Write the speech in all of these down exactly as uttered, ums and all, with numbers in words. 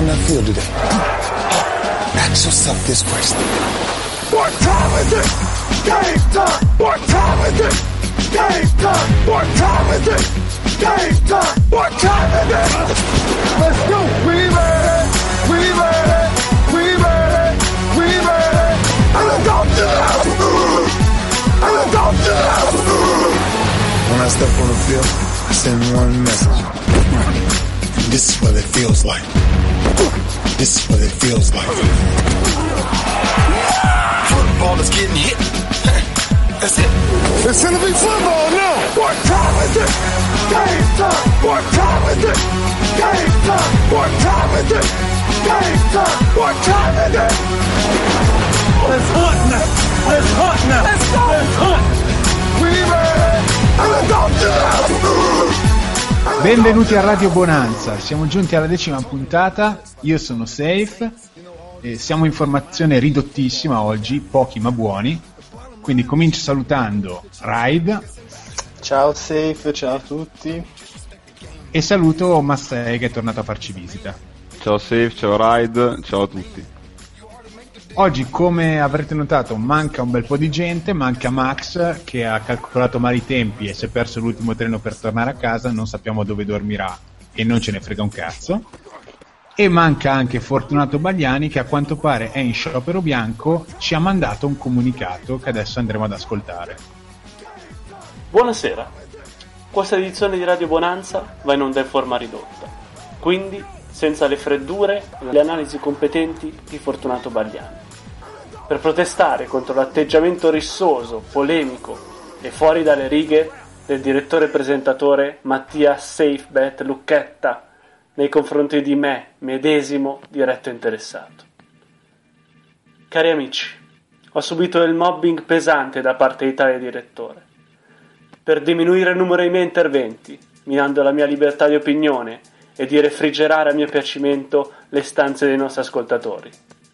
not feel today? Ask yourself this question. What time is it? Game time! What time is it? Game time! What time is it? Game time! What time is it? Let's go! We made it! We made it! We made it! We made it! And let's go to the house! And let's go to the house! When I step on the field, I send one message. This is what it feels like. This is what it feels like. Football is getting hit. That's it. It's gonna be football now! What time is it? Game time! What time is it? Game time! What time is it? Game time! What time is it? Let's hunt now! Let's hunt now! Let's go! Let's hunt! We made it! And let's go to the house! Benvenuti a Radio Bonanza, siamo giunti alla decima puntata, io sono Safe, e siamo in formazione ridottissima oggi, pochi ma buoni, quindi comincio salutando Raid. Ciao Safe, ciao a tutti. E saluto Massei che è tornato a farci visita. Ciao Safe, ciao Raid, ciao a tutti. Oggi, come avrete notato, manca un bel po' di gente, manca Max che ha calcolato male i tempi e si è perso l'ultimo treno per tornare a casa, non sappiamo dove dormirà e non ce ne frega un cazzo. E manca anche Fortunato Bagliani che a quanto pare è in sciopero bianco, ci ha mandato un comunicato che adesso andremo ad ascoltare. Buonasera, questa edizione di Radio Bonanza va in onda in forma ridotta, quindi senza le freddure e le analisi competenti di Fortunato Bagliani. Per protestare contro l'atteggiamento rissoso, polemico e fuori dalle righe del direttore presentatore Mattia Safebet Lucchetta nei confronti di me, medesimo diretto interessato. Cari amici, ho subito del mobbing pesante da parte di tale direttore. Per diminuire il numero dei miei interventi, minando la mia libertà di opinione e di refrigerare a mio piacimento le stanze dei nostri ascoltatori.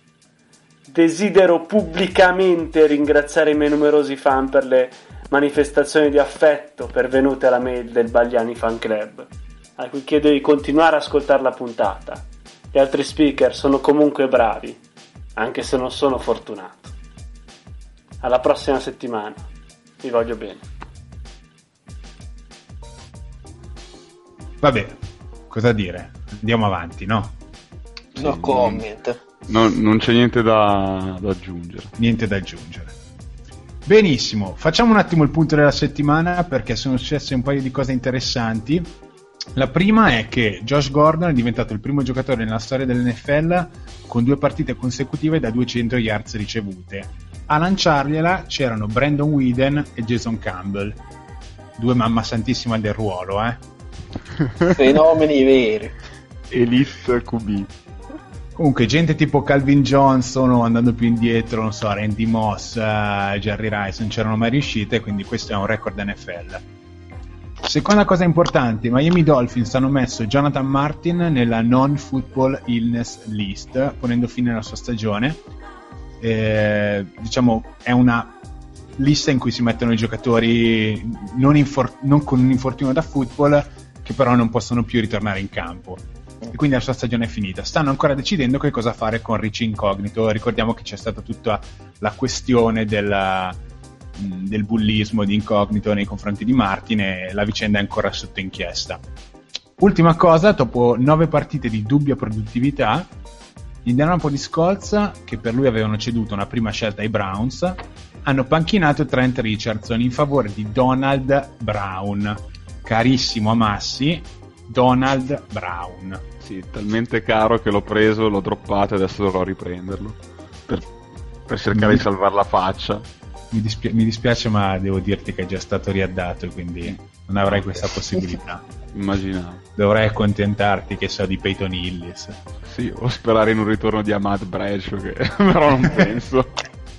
Desidero pubblicamente ringraziare i miei numerosi fan per le manifestazioni di affetto pervenute alla mail del Bagliani Fan Club, a cui chiedo di continuare ad ascoltare la puntata. Gli altri speaker sono comunque bravi, anche se non sono fortunato. Alla prossima settimana, vi voglio bene. Vabbè, cosa dire? Andiamo avanti, no? No Sì, comment. Non, non c'è niente da, da aggiungere. Niente da aggiungere. Benissimo, facciamo un attimo il punto della settimana perché sono successe un paio di cose interessanti. La prima è che Josh Gordon è diventato il primo giocatore nella storia dell'N F L con due partite consecutive da duecento yards ricevute. A lanciargliela c'erano Brandon Whedon e Jason Campbell, due mamma santissima del ruolo, eh. Fenomeni veri. Elite Q B. Comunque gente tipo Calvin Johnson o andando più indietro, non so, Randy Moss, uh, Jerry Rice non c'erano mai riuscite, quindi questo è un record N F L. Seconda cosa importante, i Miami Dolphins hanno messo Jonathan Martin nella non-football illness list, ponendo fine alla sua stagione. Eh, diciamo è una lista in cui si mettono i giocatori non, infor- non con un infortunio da football che però non possono più ritornare in campo. E quindi la sua stagione è finita. Stanno ancora decidendo che cosa fare con Rich Incognito. Ricordiamo che c'è stata tutta la questione della, del bullismo di Incognito nei confronti di Martin e la vicenda è ancora sotto inchiesta. Ultima cosa, dopo nove partite di dubbia produttività, gli Indianapolis Colts, che per lui avevano ceduto una prima scelta ai Browns, hanno panchinato Trent Richardson in favore di Donald Brown, carissimo a Massi, Donald Brown. Sì, talmente caro che l'ho preso, l'ho droppato e adesso dovrò riprenderlo per, per cercare mi, di salvare la faccia. Mi, dispi- mi dispiace, ma devo dirti che è già stato riaddato, quindi non avrai questa possibilità. Immaginavo. Dovrai accontentarti che so di Peyton Hillis. Sì, o sperare in un ritorno di Ahmad Bradshaw, che però non penso.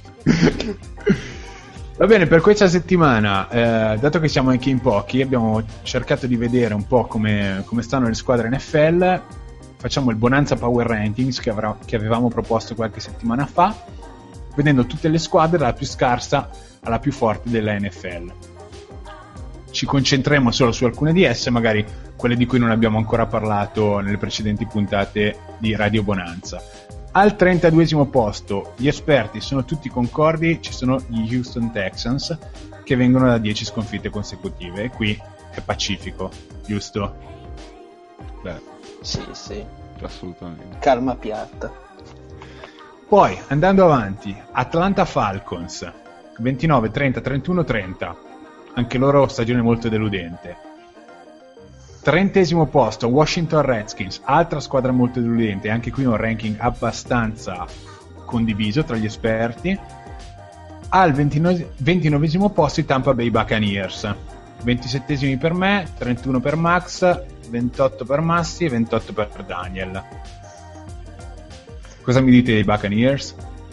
Va bene, per questa settimana, eh, dato che siamo anche in pochi, abbiamo cercato di vedere un po' come, come stanno le squadre N F L. Facciamo il Bonanza Power Rankings che, avrà, che avevamo proposto qualche settimana fa, vedendo tutte le squadre dalla più scarsa alla più forte della N F L. ci concentreremo solo su alcune di esse, magari quelle di cui non abbiamo ancora parlato nelle precedenti puntate di Radio Bonanza. Al trentaduesimo posto gli esperti sono tutti concordi, ci sono gli Houston Texans che vengono da dieci sconfitte consecutive, e qui è pacifico, giusto? Beh, Sì, sì. assolutamente. Calma piatta. Poi, andando avanti, Atlanta Falcons, ventinove, trenta, trentuno, trenta. Anche loro stagione molto deludente. Trentesimo posto, Washington Redskins, altra squadra molto deludente, anche qui un ranking abbastanza condiviso tra gli esperti. Al ventinove, ventinovesimo posto i Tampa Bay Buccaneers, ventisettesimi per me, trentuno per Max, ventotto per Massi e ventotto per Daniel. Cosa mi dite dei Buccaneers?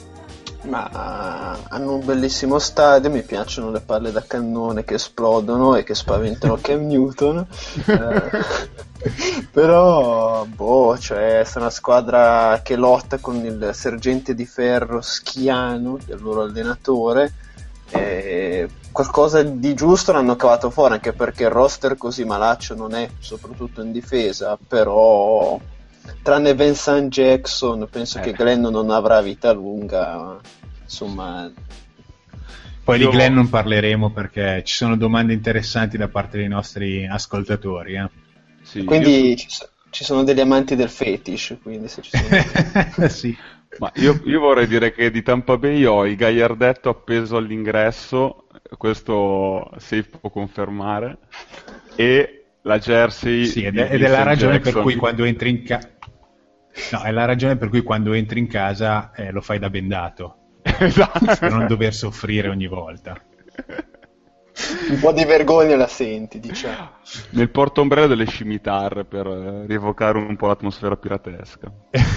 Ma hanno un bellissimo stadio, mi piacciono le palle da cannone che esplodono e che spaventano Cam Newton. eh, però, boh, cioè, è una squadra che lotta con il sergente di ferro Schiano, il loro allenatore. E qualcosa di giusto l'hanno cavato fuori, anche perché il roster così malaccio non è, soprattutto in difesa, però tranne Vincent Jackson penso eh. che Glenn non avrà vita lunga, insomma. Poi Io... di Glenn non parleremo perché ci sono domande interessanti da parte dei nostri ascoltatori, eh. Sì, quindi io... ci, so- ci sono degli amanti del fetish, quindi se ci sono sì. Ma io, io vorrei dire che di Tampa Bay ho il gagliardetto appeso all'ingresso, questo Safe può confermare, e la jersey Sì, ed di è, ed è la Vincent ragione Jackson. per cui quando entri in casa no, è la ragione per cui quando entri in casa eh, lo fai da bendato. Esatto. Per non dover soffrire ogni volta. un po' di vergogna la senti, diciamo. Nel portaombrello delle scimitarre per eh, rievocare un po' l'atmosfera piratesca.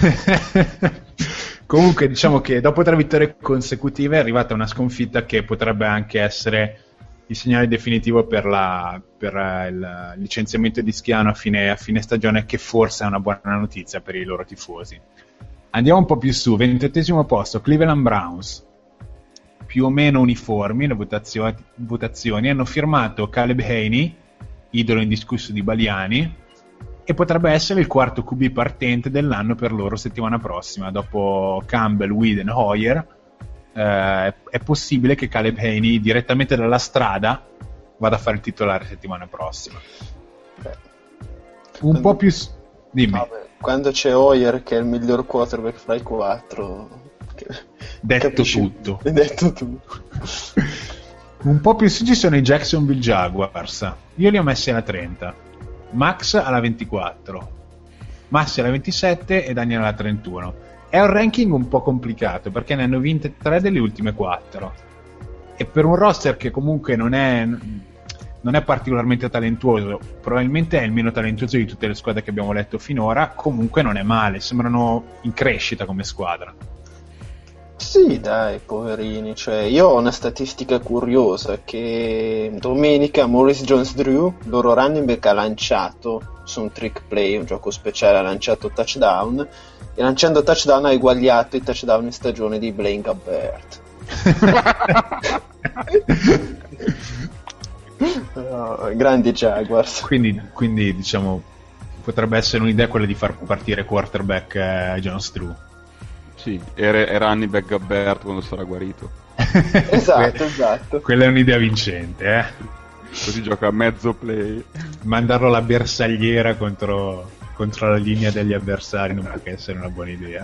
Comunque diciamo che dopo tre vittorie consecutive è arrivata una sconfitta che potrebbe anche essere il segnale definitivo per, la, per il licenziamento di Schiano a fine, a fine stagione, che forse è una buona notizia per i loro tifosi. Andiamo un po' più su, ventottesimo posto, Cleveland Browns, più o meno uniformi le votazioni, votazioni hanno firmato Caleb Haney, idolo indiscusso di Baliani, e potrebbe essere il quarto Q B partente dell'anno per loro settimana prossima. Dopo Campbell, Whedon, Hoyer, eh, è possibile che Caleb Haney direttamente dalla strada vada a fare il titolare settimana prossima. Beh, un quando... po' più s- dimmi. Vabbè, quando c'è Hoyer che è il miglior quarterback fra i quattro, che... detto capisci... tutto detto tutto. Un po' più su ci sono i Jacksonville Jaguars, io li ho messi alla trenta, Max alla ventiquattro, Massi alla ventisette e Daniel alla trentuno. È un ranking un po' complicato perché ne hanno vinte tre delle ultime quattro, e per un roster che comunque non è non è particolarmente talentuoso, probabilmente è il meno talentuoso di tutte le squadre che abbiamo letto finora, comunque non è male, sembrano in crescita come squadra. Sì, dai, poverini. Cioè, io ho una statistica curiosa che domenica Maurice Jones-Drew, loro running back, ha lanciato su un trick play, un gioco speciale, ha lanciato touchdown, e lanciando touchdown ha eguagliato i touchdown in stagione di Blaine Gabbert. No, grandi Jaguars. Quindi, quindi diciamo potrebbe essere un'idea quella di far partire quarterback eh, Jones-Drew. Sì, era, era Hannibal Gabbert quando sarà guarito. Esatto, esatto. Quella è un'idea vincente, eh? Così gioca a mezzo play. Mandarlo alla bersagliera contro, contro la linea degli avversari non può che essere una buona idea.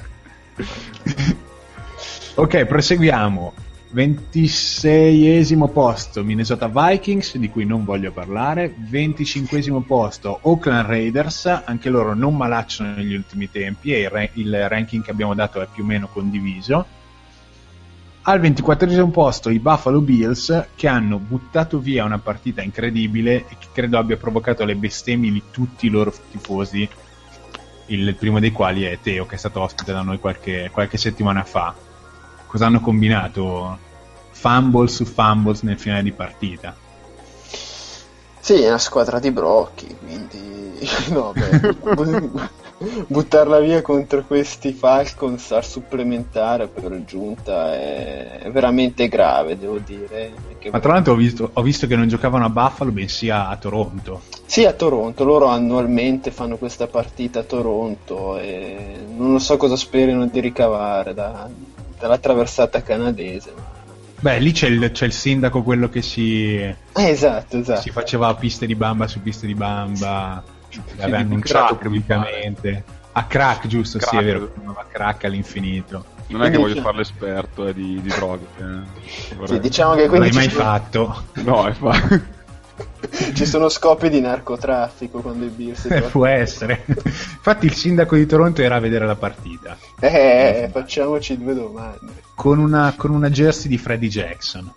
Ok, proseguiamo. ventiseiesimo posto Minnesota Vikings, di cui non voglio parlare. venticinquesimo posto Oakland Raiders, anche loro non malacciano negli ultimi tempi e il, ra- il ranking che abbiamo dato è più o meno condiviso. Al ventiquattresimo posto i Buffalo Bills, che hanno buttato via una partita incredibile e che credo abbia provocato le bestemmie di tutti i loro tifosi, il primo dei quali è Teo, che è stato ospite da noi qualche, qualche settimana fa. Cosa hanno combinato? Fumble su fumbles nel finale di partita. Sì, è una squadra di brocchi, quindi no, beh, buttarla via contro questi Falcons al supplementare per giunta è veramente grave, devo dire. Che Ma tra l'altro ho visto, ho visto che non giocavano a Buffalo, bensì a, a Toronto. Sì, a Toronto, loro annualmente fanno questa partita a Toronto e non so cosa sperino di ricavare da, dalla traversata canadese. Ma... Beh, lì c'è il, c'è il sindaco, quello che si, eh, esatto, esatto. si faceva piste di bamba su piste di bamba. L'aveva di annunciato crack, pubblicamente a crack, giusto? Crack. Sì, è vero, chiamava crack all'infinito. Non è che Quindi- voglio fare l'esperto eh, di, di droghe. Eh. Vorrei- Sì, diciamo che Non quindi l'hai mai ci, sono, fatto. No, è fa... ci sono scopi di narcotraffico quando i Bills Eh, giocano. può essere. Infatti il sindaco di Toronto era a vedere la partita Eh, facciamoci due domande. con una, con una jersey di Freddie Jackson.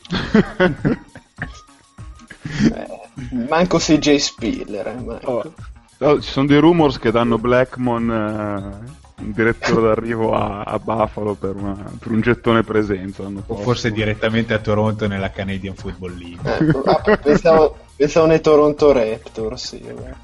Eh, manco C J Spiller, eh, manco. Oh, oh, ci sono dei rumors che danno Blackmon eh, un direttore d'arrivo a, a Buffalo per, una, per un gettone presenza l'anno O prossimo. forse direttamente a Toronto nella Canadian Football League. Eh, ah, pensavo, pensavo nei Toronto Raptors, sì, beh.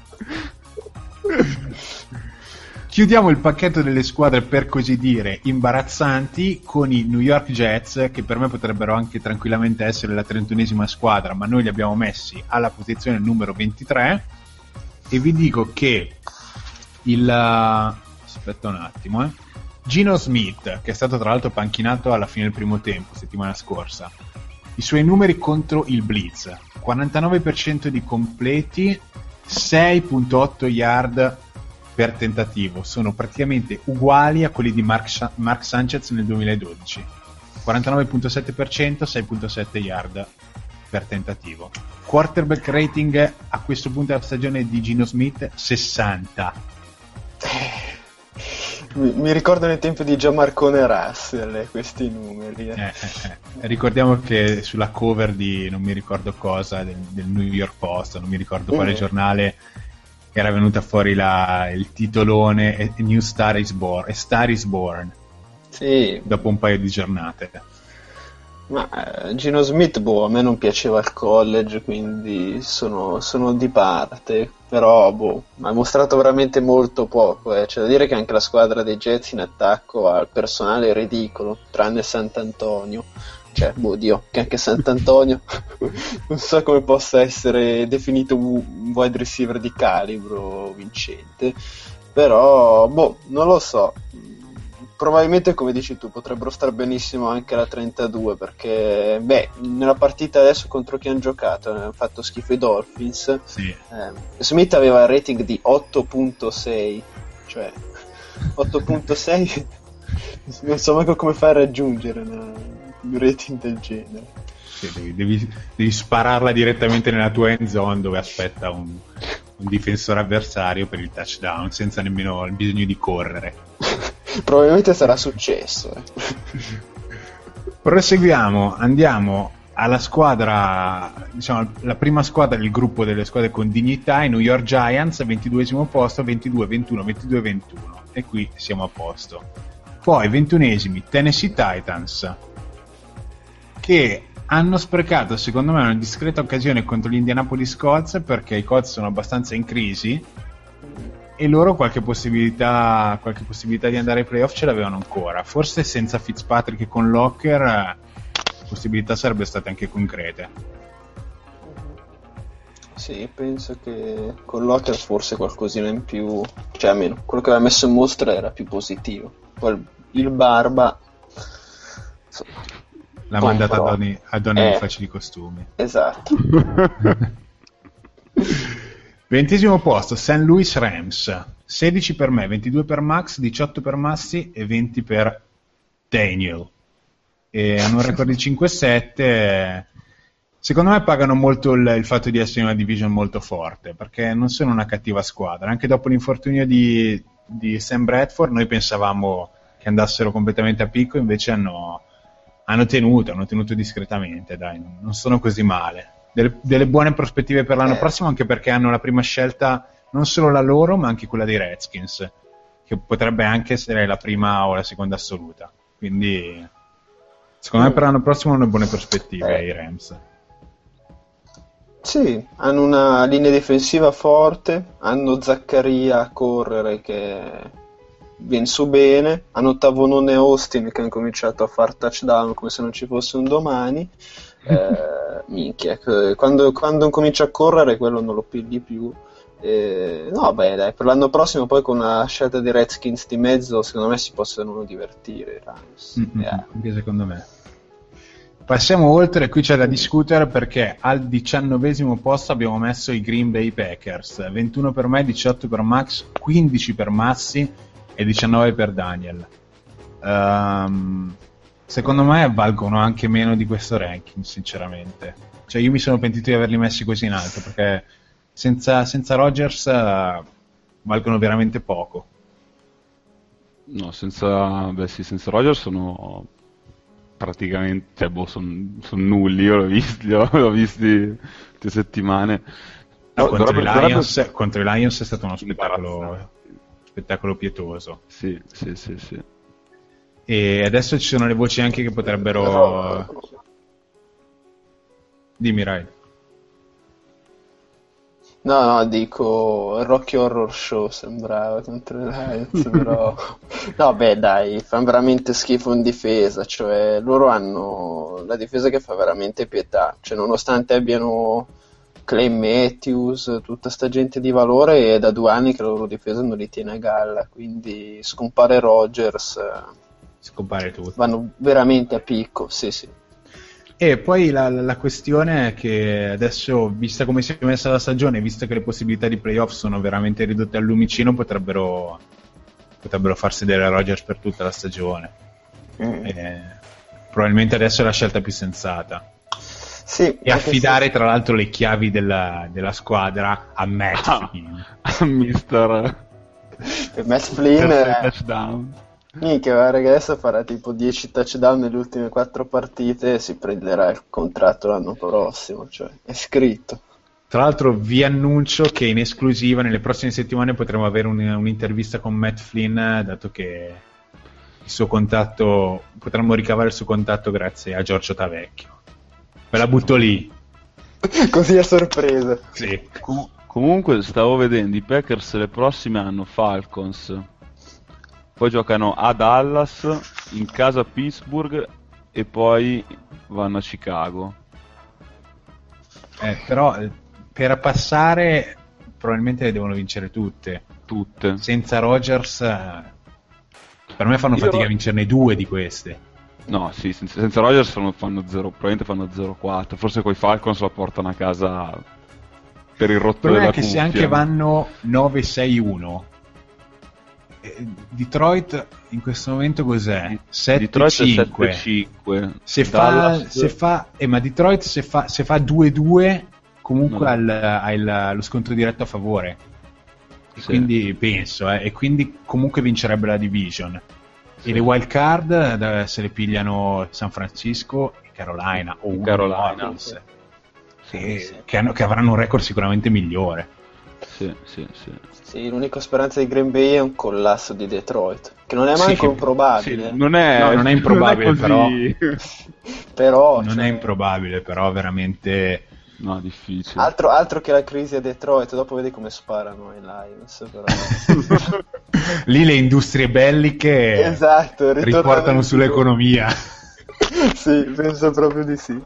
Chiudiamo il pacchetto delle squadre per così dire imbarazzanti con i New York Jets, che per me potrebbero anche tranquillamente essere la trentunesima squadra, ma noi li abbiamo messi alla posizione numero ventitré. E vi dico che il aspetta un attimo eh. Gino Smith, che è stato tra l'altro panchinato alla fine del primo tempo settimana scorsa, i suoi numeri contro il Blitz: quarantanove per cento di completi, sei virgola otto yard per tentativo, sono praticamente uguali a quelli di Mark, Sa- Mark Sanchez nel duemiladodici. quarantanove virgola sette per cento, sei virgola sette yard per tentativo. Quarterback rating a questo punto della stagione di Gino Smith sessanta. Mi, mi ricordano i tempi di Gianmarcone Russell, eh, questi numeri. eh. Eh, eh, eh. Ricordiamo che sulla cover di non mi ricordo cosa del, del New York Post, non mi ricordo quale Mm. giornale, era venuta fuori la, il titolone A New Star is Born, A Star is Born, Sì, dopo un paio di giornate. ma eh, Gino Smith, boh, a me non piaceva al college, quindi sono, sono di parte, però boh, ha mostrato veramente molto poco, eh. C'è da dire che anche la squadra dei Jets in attacco ha il personale ridicolo, tranne Sant'Antonio. Cioè, boh, Dio, che anche Sant'Antonio non so come possa essere definito un wide receiver di calibro vincente, però, boh, non lo so. Probabilmente, come dici tu, potrebbero star benissimo anche la trentadue, perché, beh, nella partita adesso contro chi hanno giocato, hanno fatto schifo i Dolphins. Sì. Eh, Smith aveva il rating di otto virgola sei, cioè otto virgola sei non so manco come fare a raggiungere una- un rating del genere. Sì, devi, devi, devi spararla direttamente nella tua end zone dove aspetta un, un difensore avversario per il touchdown senza nemmeno il bisogno di correre. Probabilmente sarà successo, eh. Proseguiamo, andiamo alla squadra, diciamo la prima squadra del gruppo delle squadre con dignità, i New York Giants, ventiduesimo posto, ventidue ventuno, ventidue ventuno, e qui siamo a posto. Poi ventunesimi Tennessee Titans, che hanno sprecato secondo me una discreta occasione contro gli Indianapolis Colts, perché i Colts sono abbastanza in crisi e loro qualche possibilità qualche possibilità di andare ai playoff ce l'avevano ancora. Forse senza Fitzpatrick e con Locker eh, possibilità sarebbero state anche concrete. Sì, penso che con Locker forse qualcosina in più, cioè almeno quello che aveva messo in mostra era più positivo. Poi il Barba, insomma, L'ha Poi mandata però- a donne, a donne eh. di facili costumi. esatto. Ventesimo posto Saint Louis Rams, sedici per me, ventidue per Max, diciotto per Massi e venti per Daniel. E hanno un record di cinque sette. Secondo me pagano molto il, il fatto di essere in una division molto forte, perché non sono una cattiva squadra. Anche dopo l'infortunio di, di Sam Bradford noi pensavamo che andassero completamente a picco, invece hanno, hanno tenuto, hanno tenuto discretamente, dai, non sono così male. Delle, delle buone prospettive per l'anno Eh. prossimo, anche perché hanno la prima scelta, non solo la loro, ma anche quella dei Redskins, che potrebbe anche essere la prima o la seconda assoluta. Quindi, secondo me per l'anno prossimo hanno buone prospettive Eh. i Rams. Sì, hanno una linea difensiva forte, hanno Zaccaria a correre che viene su bene, hanno Tavonone e Austin che hanno cominciato a far touchdown come se non ci fosse un domani. Eh, minchia, quando, quando comincia a correre quello non lo pigli più. Eh, no, beh, dai, per l'anno prossimo poi con una scelta di Redskins di mezzo, secondo me si possono divertire i Rams. Mm-hmm, yeah. Anche secondo me. Passiamo oltre, qui c'è da discutere perché al diciannovesimo posto abbiamo messo i Green Bay Packers, ventuno per me, diciotto per Max, quindici per Massi e diciannove per Daniel. Um, secondo me valgono anche meno di questo ranking, sinceramente. Cioè io mi sono pentito di averli messi così in alto perché senza, senza Rodgers uh, valgono veramente poco. No, senza, beh sì, senza Rodgers sono praticamente, cioè boh, sono son nulli, io l'ho visti, l'ho visti tutte settimane. No, No, contro, dovrebbe- i Lions, dovrebbe- contro i Lions è stato uno spettacolo, Imbarazzante. spettacolo pietoso. Sì, sì, sì, sì. E adesso ci sono le voci anche che potrebbero... Però- Dimmi, Rai. No, no, dico il Rocky Horror Show sembrava contro i Lions, però no, beh, dai, fanno veramente schifo in difesa, cioè loro hanno la difesa che fa veramente pietà, cioè nonostante abbiano Clay Matthews, tutta sta gente di valore, è da due anni che la loro difesa non li tiene a galla, quindi scompare Rodgers, eh, Scompare tutto. vanno veramente a picco, sì, sì. E poi la, la questione è che adesso, vista come si è messa la stagione, visto che le possibilità di playoff sono veramente ridotte al lumicino, potrebbero, potrebbero far sedere Rodgers per tutta la stagione. Mm. E probabilmente adesso è la scelta più sensata. Sì, E anche affidare tra l'altro le chiavi della, della squadra a Matt Ah. Flynn. Mister se Matt Flynn Terzo è... touchdown. Minchia, guarda che adesso farà tipo dieci touchdown nelle ultime quattro partite e si prenderà il contratto l'anno prossimo, cioè è scritto. Tra l'altro vi annuncio che in esclusiva nelle prossime settimane potremo avere un- un'intervista con Matt Flynn, dato che il suo contatto, potremmo ricavare il suo contatto grazie a Giorgio Tavecchio. Ve la butto lì. Così a sorpresa. Sì. Com- comunque stavo vedendo, i Packers le prossime hanno Falcons, poi giocano a Dallas, in casa a Pittsburgh e poi vanno a Chicago. Eh, però eh, per passare probabilmente le devono vincere tutte. Tutte. Senza Rodgers eh, per me fanno Io- fatica a vincerne due di queste. No, sì, senza, senza Rodgers fanno, fanno zero, probabilmente fanno zero quattro. Forse coi Falcons la portano a casa per il Il rotto problema della è che se cuffia. anche vanno nove sei uno, eh, Detroit in questo momento cos'è? sette Detroit è cinque. sette cinque. Se fa, Dallas- se fa eh, ma Detroit se fa, se fa due due comunque No. ha il- ha il- lo scontro diretto a favore. E Sì. quindi penso, eh, e quindi comunque vincerebbe la division. E le wild card eh, se le pigliano San Francisco e Carolina o uno Carolina. di Orleans, Sì, che, sì. che hanno- che avranno un record sicuramente migliore. Sì, sì, sì. Sì, l'unica speranza di Green Bay è un collasso di Detroit, che non è Sì, manco che- improbabile, Sì, non è, No, non è improbabile, non è così- però Non cioè, è improbabile, però veramente No, difficile. altro, altro che la crisi a Detroit, dopo vedi come sparano i Lions, però. lì le industrie belliche Esatto, ritornano riportano in sull'economia. Sì, penso proprio di sì.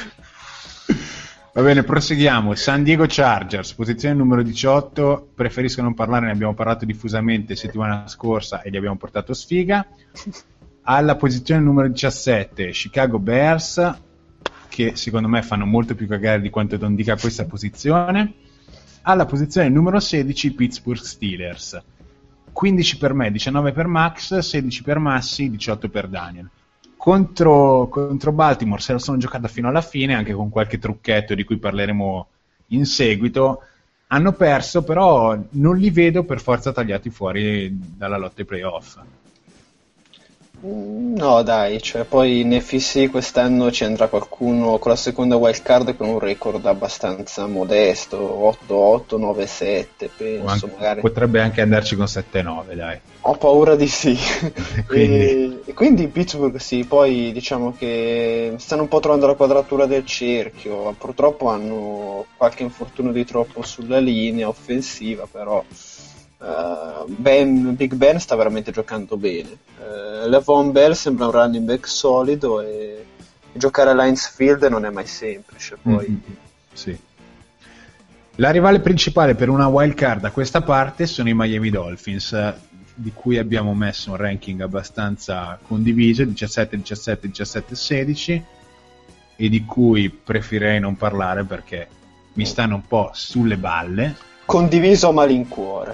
Va bene, proseguiamo. San Diego Chargers, posizione numero diciotto. Preferisco non parlare, ne abbiamo parlato diffusamente settimana scorsa e gli abbiamo portato sfiga. Alla posizione numero diciassette Chicago Bears, che secondo me fanno molto più cagare di quanto non dica questa posizione. Alla posizione numero sedici Pittsburgh Steelers, quindici per me, diciannove per Max, sedici per Massi, diciotto per Daniel. Contro, contro Baltimore se la sono giocata fino alla fine, anche con qualche trucchetto di cui parleremo in seguito. Hanno perso, però non li vedo per forza tagliati fuori dalla lotta ai playoff. No dai, cioè poi in F C quest'anno ci andrà qualcuno con la seconda wild card con un record abbastanza modesto, otto otto, nove sette, penso. Anche, magari. Potrebbe anche andarci con sette nove, dai. Ho paura di sì. quindi. E, e quindi Pittsburgh sì, poi diciamo che stanno un po' trovando la quadratura del cerchio, purtroppo hanno qualche infortunio di troppo sulla linea offensiva, però Uh, Ben, Big Ben sta veramente giocando bene. uh, Le'Veon Bell sembra un running back solido e, e giocare a Heinz Field non è mai semplice poi. Mm-hmm. Sì. La rivale principale per una wild card a questa parte sono i Miami Dolphins, di cui abbiamo messo un ranking abbastanza condiviso, diciassette diciassette diciassette sedici, e di cui preferirei non parlare perché mi stanno un po' sulle balle. Condiviso a malincuore.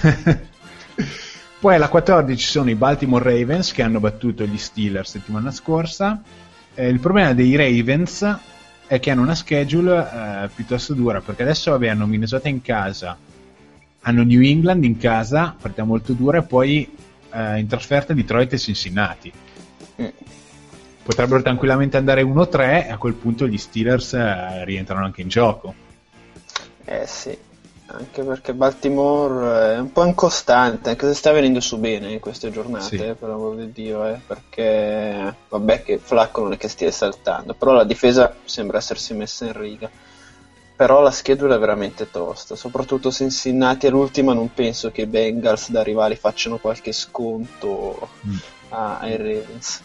Poi alla quattordici sono i Baltimore Ravens, che hanno battuto gli Steelers settimana scorsa. Eh, il problema dei Ravens è che hanno una schedule eh, piuttosto dura, perché adesso vabbè, hanno Minnesota in casa, hanno New England in casa, partita molto dura, e poi eh, in trasferta Detroit e Cincinnati. Mm. Potrebbero tranquillamente andare uno tre, e a quel punto gli Steelers eh, rientrano anche in gioco. Eh sì. Anche perché Baltimore è un po' incostante, anche se sta venendo su bene in queste giornate, sì. eh, per l'amor di Dio, eh, perché vabbè che Flacco non è che stia saltando, però la difesa sembra essersi messa in riga. Però la schedula è veramente tosta, soprattutto Cincinnati all'ultima. Non penso che i Bengals da rivali facciano qualche sconto mm. ai Ravens.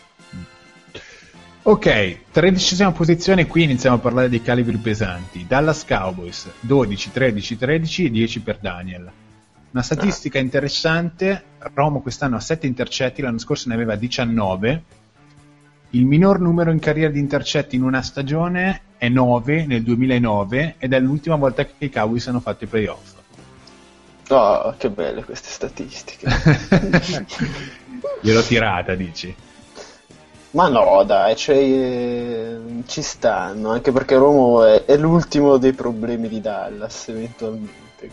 Ok, tredicesima posizione, qui iniziamo a parlare dei calibri pesanti. Dallas Cowboys, dodici, tredici, tredici e dieci per Daniel. Una statistica ah. interessante, Romo quest'anno ha sette intercetti, l'anno scorso ne aveva diciannove. Il minor numero in carriera di intercetti in una stagione è nove nel duemilanove, ed è l'ultima volta che i Cowboys hanno fatto i playoff. Oh, che belle queste statistiche. Gliel'ho tirata, dici? Ma no, dai, cioè, eh, ci stanno, anche perché Romo è, è l'ultimo dei problemi di Dallas, eventualmente.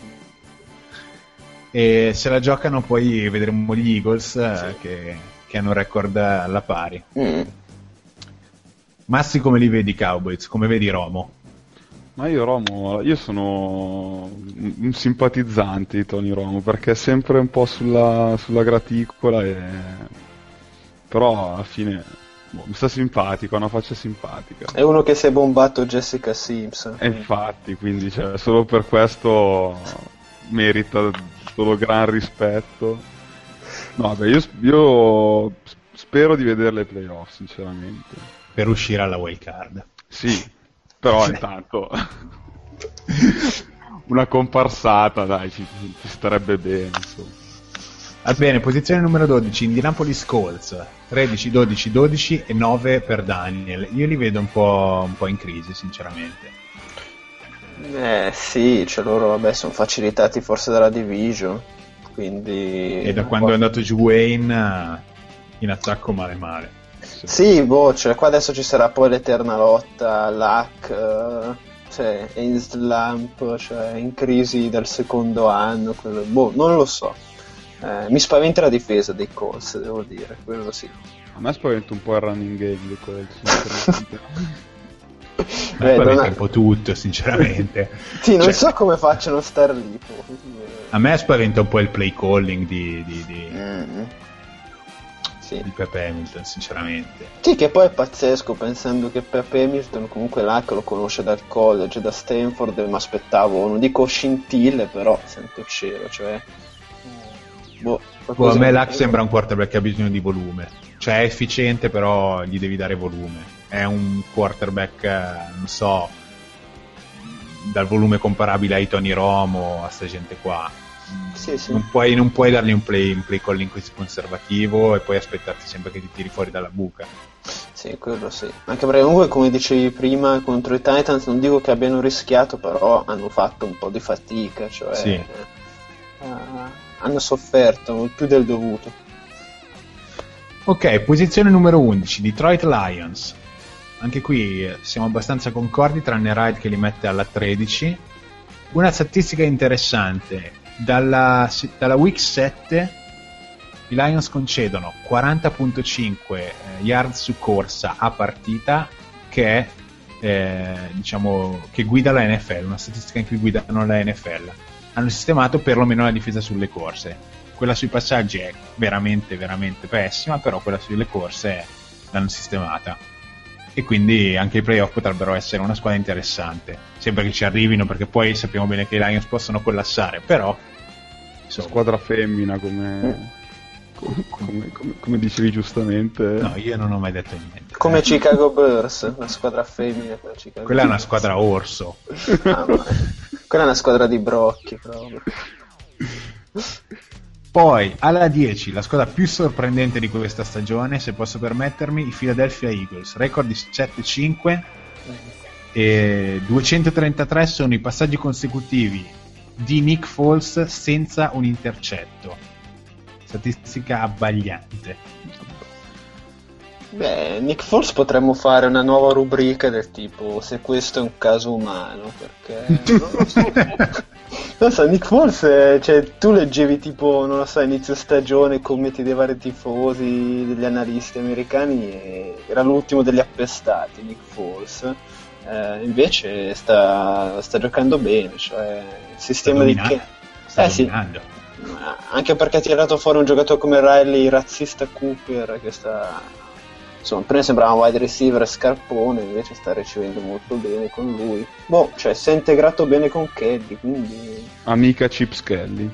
E se la giocano poi vedremo gli Eagles, sì. eh, che, che hanno un record alla pari. Mm. Massi, come li vedi Cowboys? Come vedi Romo? Ma io Romo, io sono un simpatizzante di Tony Romo, perché è sempre un po' sulla, sulla graticola, e... però alla fine... Boh, mi sta simpatico, ha una faccia simpatica. È uno che si è bombato Jessica Simpson. E infatti, quindi cioè, solo per questo merita solo gran rispetto. No, beh, io, io spero di vederle ai playoff, sinceramente. Per uscire alla wild card. Sì, però intanto una comparsata, dai, ci, ci starebbe bene, insomma. Va bene, posizione numero dodici, Indianapolis Colts, tredici, dodici, dodici e nove per Daniel. Io li vedo un po', un po' in crisi, sinceramente. Eh sì, cioè loro vabbè sono facilitati forse dalla division, quindi... E da quando è andato giù Wayne in attacco male male. Sì, sì boh, cioè qua adesso ci sarà poi l'eterna lotta, Luck, uh, cioè è in slump, cioè in crisi dal secondo anno, quello, boh, non lo so. Eh, mi spaventa la difesa dei Colts, devo dire, quello sì. A me spaventa un po' il running game dei Colts. Beh, spaventa un po' tutto, sinceramente. Sì, non cioè, so come facciano a star lì. A me spaventa un po' il play calling di di, di, mm. sì. di Pep Hamilton, sinceramente. Sì, che poi è pazzesco, pensando che Pep Hamilton comunque l'H lo conosce dal college, da Stanford, e mi aspettavo, non dico scintille, però santo cielo, cioè... Boh, boh, a me Luck sembra un quarterback che ha bisogno di volume, cioè è efficiente però gli devi dare volume. È un quarterback, non so, dal volume comparabile ai Tony Romo, a sta gente qua. Sì, sì. Non puoi, non puoi dargli un play, un play calling così conservativo e poi aspettarti sempre che ti tiri fuori dalla buca. Sì, quello sì. Anche perché comunque, come dicevi prima, contro i Titans non dico che abbiano rischiato, però hanno fatto un po' di fatica, cioè sì. eh, hanno sofferto più del dovuto. Ok, posizione numero undici, Detroit Lions. Anche qui siamo abbastanza concordi, tranne Wright che li mette alla tredici. Una statistica interessante: dalla, dalla week sette i Lions concedono quaranta virgola cinque eh, yard su corsa a partita, che è eh, diciamo che guida la N F L, una statistica in cui guidano la N F L. Hanno sistemato perlomeno la difesa sulle corse. Quella sui passaggi è veramente veramente pessima, però quella sulle corse l'hanno sistemata, e quindi anche i playoff potrebbero essere una squadra interessante, sempre che ci arrivino, perché poi sappiamo bene che i Lions possono collassare, però insomma, squadra femmina come... Come, come, come dicevi giustamente. No, io non ho mai detto niente. Come eh. Chicago Bears, una squadra femmina. Quella Bears. È una squadra orso. Ah, ma... Quella è una squadra di brocchi proprio. Poi alla dieci, la squadra più sorprendente di questa stagione, se posso permettermi, i Philadelphia Eagles, record di sette cinque e duecentotrentatré sono i passaggi consecutivi di Nick Foles senza un intercetto. Statistica abbagliante. Beh, Nick Foles potremmo fare una nuova rubrica del tipo se questo è un caso umano, perché non lo so. Non so, Nick Foles, cioè tu leggevi tipo, non lo so, inizio stagione, commenti dei vari tifosi, degli analisti americani, e era l'ultimo degli appestati Nick Foles. Eh, invece sta, sta giocando bene, cioè il sistema di che... sta eh, dominando. Sì. Anche perché ha tirato fuori un giocatore come Riley, razzista Cooper, che sta, insomma, prima sembrava un wide receiver scarpone, invece sta ricevendo molto bene con lui. Boh, cioè si è integrato bene con Kelly, quindi amica Chips Kelly.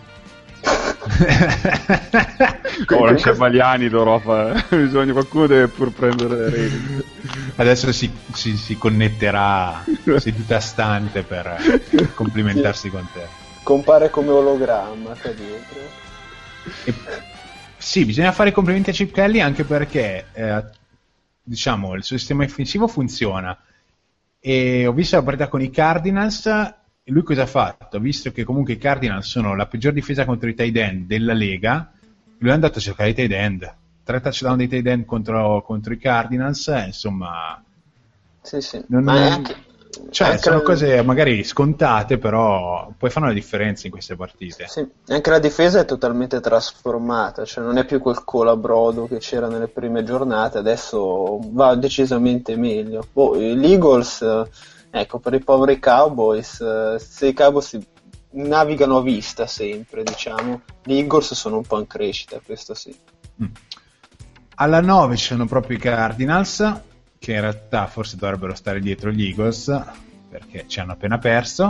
Ora oh, Cavaliani dovrò fare, bisogna, qualcuno deve pur prendere le redini. Adesso si, si, si connetterà seduta stante per complimentarsi sì. con te. Compare come ologramma qua dietro. E, sì, bisogna fare i complimenti a Chip Kelly, anche perché eh, diciamo il suo sistema difensivo funziona, e ho visto la partita con i Cardinals e lui cosa ha fatto? Visto che comunque i Cardinals sono la peggior difesa contro i tight end della Lega, lui è andato a cercare i tight end, tre touchdown dei tight end contro, contro i Cardinals, eh, insomma sì sì non, ma non... anche... Cioè, anche sono la... cose magari scontate, però poi fanno la differenza in queste partite. Sì, anche la difesa è totalmente trasformata, cioè non è più quel colabrodo che c'era nelle prime giornate, adesso va decisamente meglio. Oh, gli Eagles, ecco, per i poveri Cowboys, se i Cowboys navigano a vista sempre, diciamo, gli Eagles sono un po' in crescita, questo sì. Mm. Alla nove ci sono proprio i Cardinals, che in realtà forse dovrebbero stare dietro gli Eagles perché ci hanno appena perso.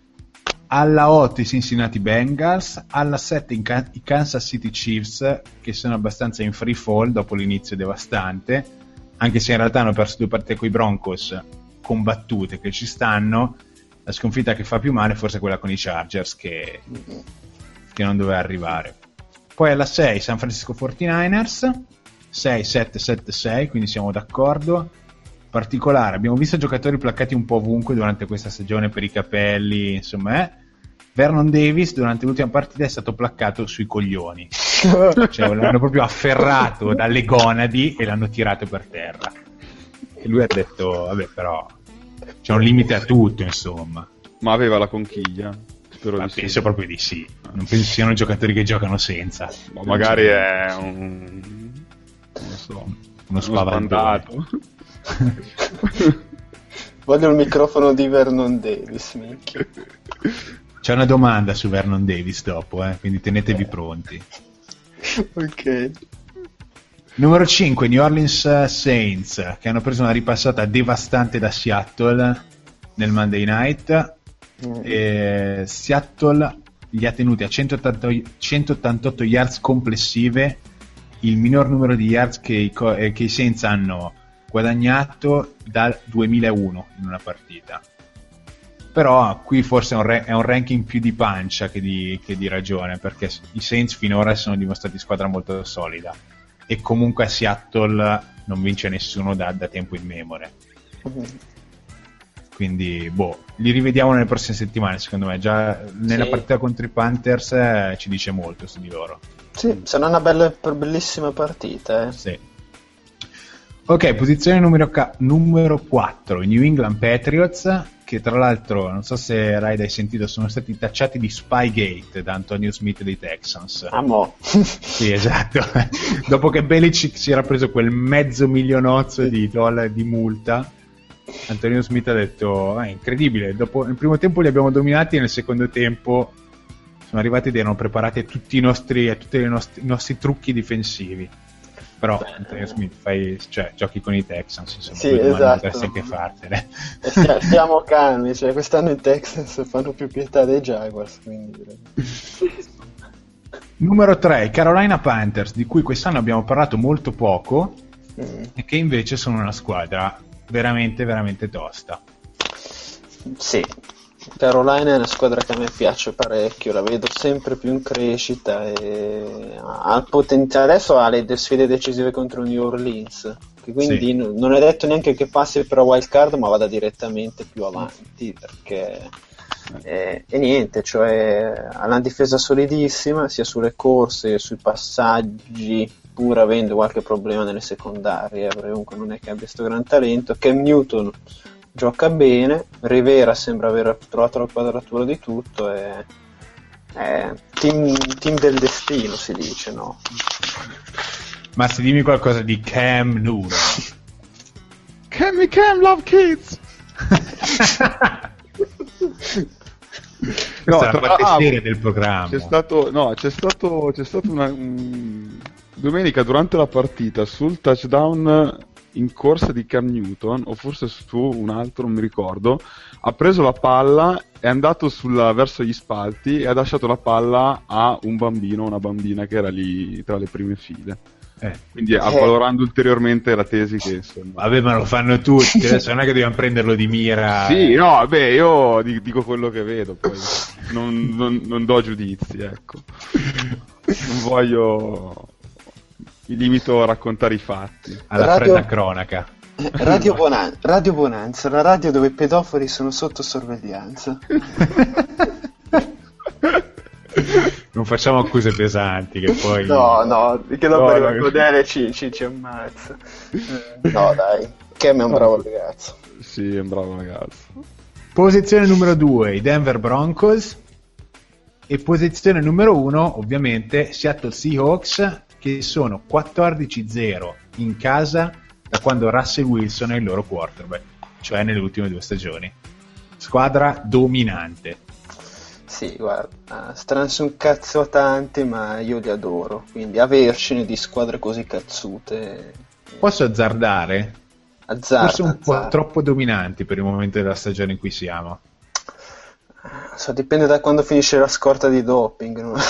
Alla otto i Cincinnati Bengals, alla sette i Kansas City Chiefs, che sono abbastanza in free fall dopo l'inizio devastante, anche se in realtà hanno perso due partite con i Broncos combattute che ci stanno. La sconfitta che fa più male forse è quella con i Chargers, che, che non doveva arrivare. Poi alla sei San Francisco quarantanovers, sei sette sette sei, quindi siamo d'accordo. Particolare, abbiamo visto giocatori placcati un po' ovunque durante questa stagione per i capelli, insomma, eh. Vernon Davis durante l'ultima partita è stato placcato sui coglioni, cioè l'hanno proprio afferrato dalle gonadi e l'hanno tirato per terra, e lui ha detto vabbè, però c'è un limite a tutto, insomma. Ma aveva la conchiglia? Spero Ma di penso sì. proprio di sì, non penso siano giocatori che giocano senza. Ma magari è un, non so, uno spavaldato. Voglio il microfono di Vernon Davis, minchia. C'è una domanda su Vernon Davis dopo, eh, quindi tenetevi pronti. Ok. Numero cinque, New Orleans Saints, che hanno preso una ripassata devastante da Seattle nel Monday Night. Mm. E Seattle li ha tenuti a centottantotto yards complessive, il minor numero di yards che i, che i Saints hanno guadagnato dal duemilauno in una partita. Però qui forse è un, re- è un ranking più di pancia che di, che di ragione, perché i Saints finora sono dimostrati squadra molto solida, e comunque a Seattle non vince nessuno da, da tempo immemore. Mm-hmm. Quindi boh, li rivediamo nelle prossime settimane, secondo me. Già nella sì. partita contro i Panthers eh, ci dice molto su di loro. Sì, sarà una bella, bellissima partita, eh. Sì. Ok, posizione numero, ca- numero quattro, i New England Patriots, che tra l'altro, non so se Raid hai sentito, sono stati tacciati di Spygate da Antonio Smith dei Texans. Ah, mo. Sì, esatto. Dopo che Belichick si era preso quel mezzo milionozzo di dollari di multa, Antonio Smith ha detto: ah, incredibile, dopo, nel primo tempo li abbiamo dominati, nel secondo tempo sono arrivati ed erano preparati a tutti i nostri, a tutti i nostri, i nostri trucchi difensivi. Però Antonio Smith, fai, cioè, giochi con i Texans, insomma, sì, esatto. Potresti anche fartene. Stia, stiamo calmi, cioè, quest'anno i Texans fanno più pietà dei Jaguars, quindi... Numero tre, i Carolina Panthers, di cui quest'anno abbiamo parlato molto poco, mm. e che invece sono una squadra veramente, veramente tosta. Sì, Carolina è una squadra che a me piace parecchio, la vedo sempre più in crescita e ha il potenziale. Adesso ha le sfide decisive contro New Orleans, che quindi sì. n- non è detto neanche che passi per la wild card, ma vada direttamente più avanti, perché eh, e niente, cioè ha una difesa solidissima sia sulle corse, sui passaggi, pur avendo qualche problema nelle secondarie, perché comunque non è che abbia questo gran talento. Cam Newton gioca bene, Rivera sembra aver trovato la quadratura di tutto, e è team, team del destino, si dice, no? Ma se dimmi qualcosa di Cam Newton. Cam Cam love kids. No, tra, la parte ah, seria del programma. C'è stato, no, c'è stato, c'è stato una um, domenica durante la partita sul touchdown in corsa di Cam Newton, o forse su un altro, non mi ricordo, ha preso la palla, è andato sulla, verso gli spalti e ha lasciato la palla a un bambino, una bambina che era lì tra le prime file. Eh. Quindi avvalorando ulteriormente la tesi che insomma... Vabbè, ma lo fanno tutti, adesso non è che dobbiamo prenderlo di mira. Sì, no, vabbè, io dico quello che vedo, poi non, non, non do giudizi, ecco. Non voglio... Mi limito a raccontare i fatti. Alla radio... fredda cronaca. Radio, Bonan... radio Bonanza, la radio dove i pedofili sono sotto sorveglianza. Non facciamo accuse pesanti che poi... No, no, che dopo no, arriva no. a godere ci, ci, ci ammazza. No, dai, Cam è un bravo ragazzo. Sì, è un bravo ragazzo. Posizione numero due, i Denver Broncos. E posizione numero uno, ovviamente, Seattle Seahawks, che sono quattordici zero in casa da quando Russell Wilson è il loro quarterback, cioè nelle ultime due stagioni. Squadra dominante. Sì, guarda, stransi un cazzo a tanti, ma io li adoro, quindi avercene di squadre così cazzute... Posso azzardare? Azzarda, Forse un azzarda. po' troppo dominanti per il momento della stagione in cui siamo. So, dipende da quando finisce la scorta di doping, no?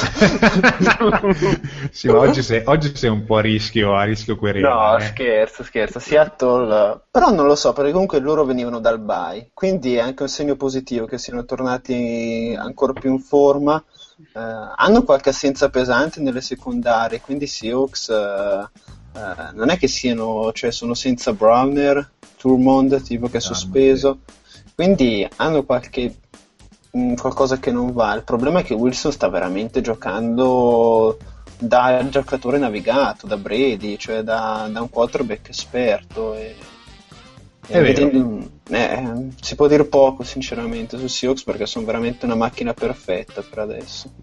Sì, ma oggi sei, oggi sei un po' a rischio, a rischio querela. No, eh. scherzo, scherzo. Seattle, però non lo so, perché comunque loro venivano dal bye, quindi è anche un segno positivo che siano tornati ancora più in forma. Eh, hanno qualche assenza pesante nelle secondarie, quindi Seahawks eh, eh, non è che siano, cioè sono senza Browner, Turmond tipo che è sospeso, quindi hanno qualche mh, qualcosa che non va. Il problema è che Wilson sta veramente giocando da giocatore navigato, da Brady, cioè da, da un quarterback esperto, e, e vedendo, eh, si può dire poco sinceramente su Seahawks perché sono veramente una macchina perfetta per adesso.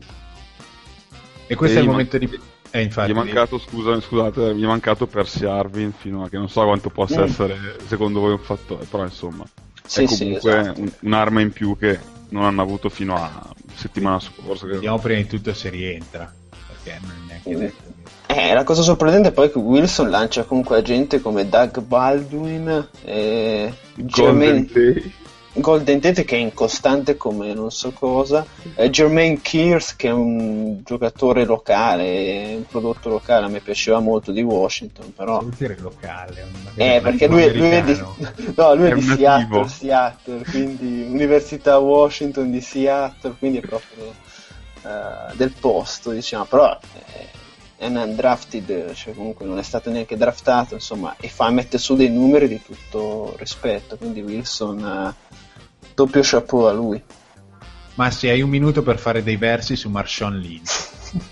E questo e è il man- momento di... Eh, infatti. Gli è mancato, scusa, scusate, gli è mancato Percy Harvin fino a che non so quanto possa Mm. essere secondo voi un fattore, però insomma Sì, è sì, comunque esatto. un- un'arma in più che non hanno avuto fino a settimana scorsa. Che... Vediamo prima di tutto se rientra, perché non è neanche Mm. detto. Eh, la cosa sorprendente è poi che Wilson lancia comunque gente come Doug Baldwin e Golden Jermaine Tate. Golden Tate, che è incostante come non so cosa, e Jermaine Kearse, che è un giocatore locale, un prodotto locale. A me piaceva molto di Washington, però Vuol dire locale. un- eh, perché lui, lui è di, americano. no, lui è È di un Seattle, nativo. Seattle, quindi Università Washington di Seattle, quindi è proprio eh, del posto, diciamo, però eh, è un undrafted, cioè comunque non è stato neanche draftato, insomma, e fa mette su dei numeri di tutto rispetto, quindi Wilson eh, doppio chapeau a lui. Ma se hai un minuto per fare dei versi su Marshawn Lynch.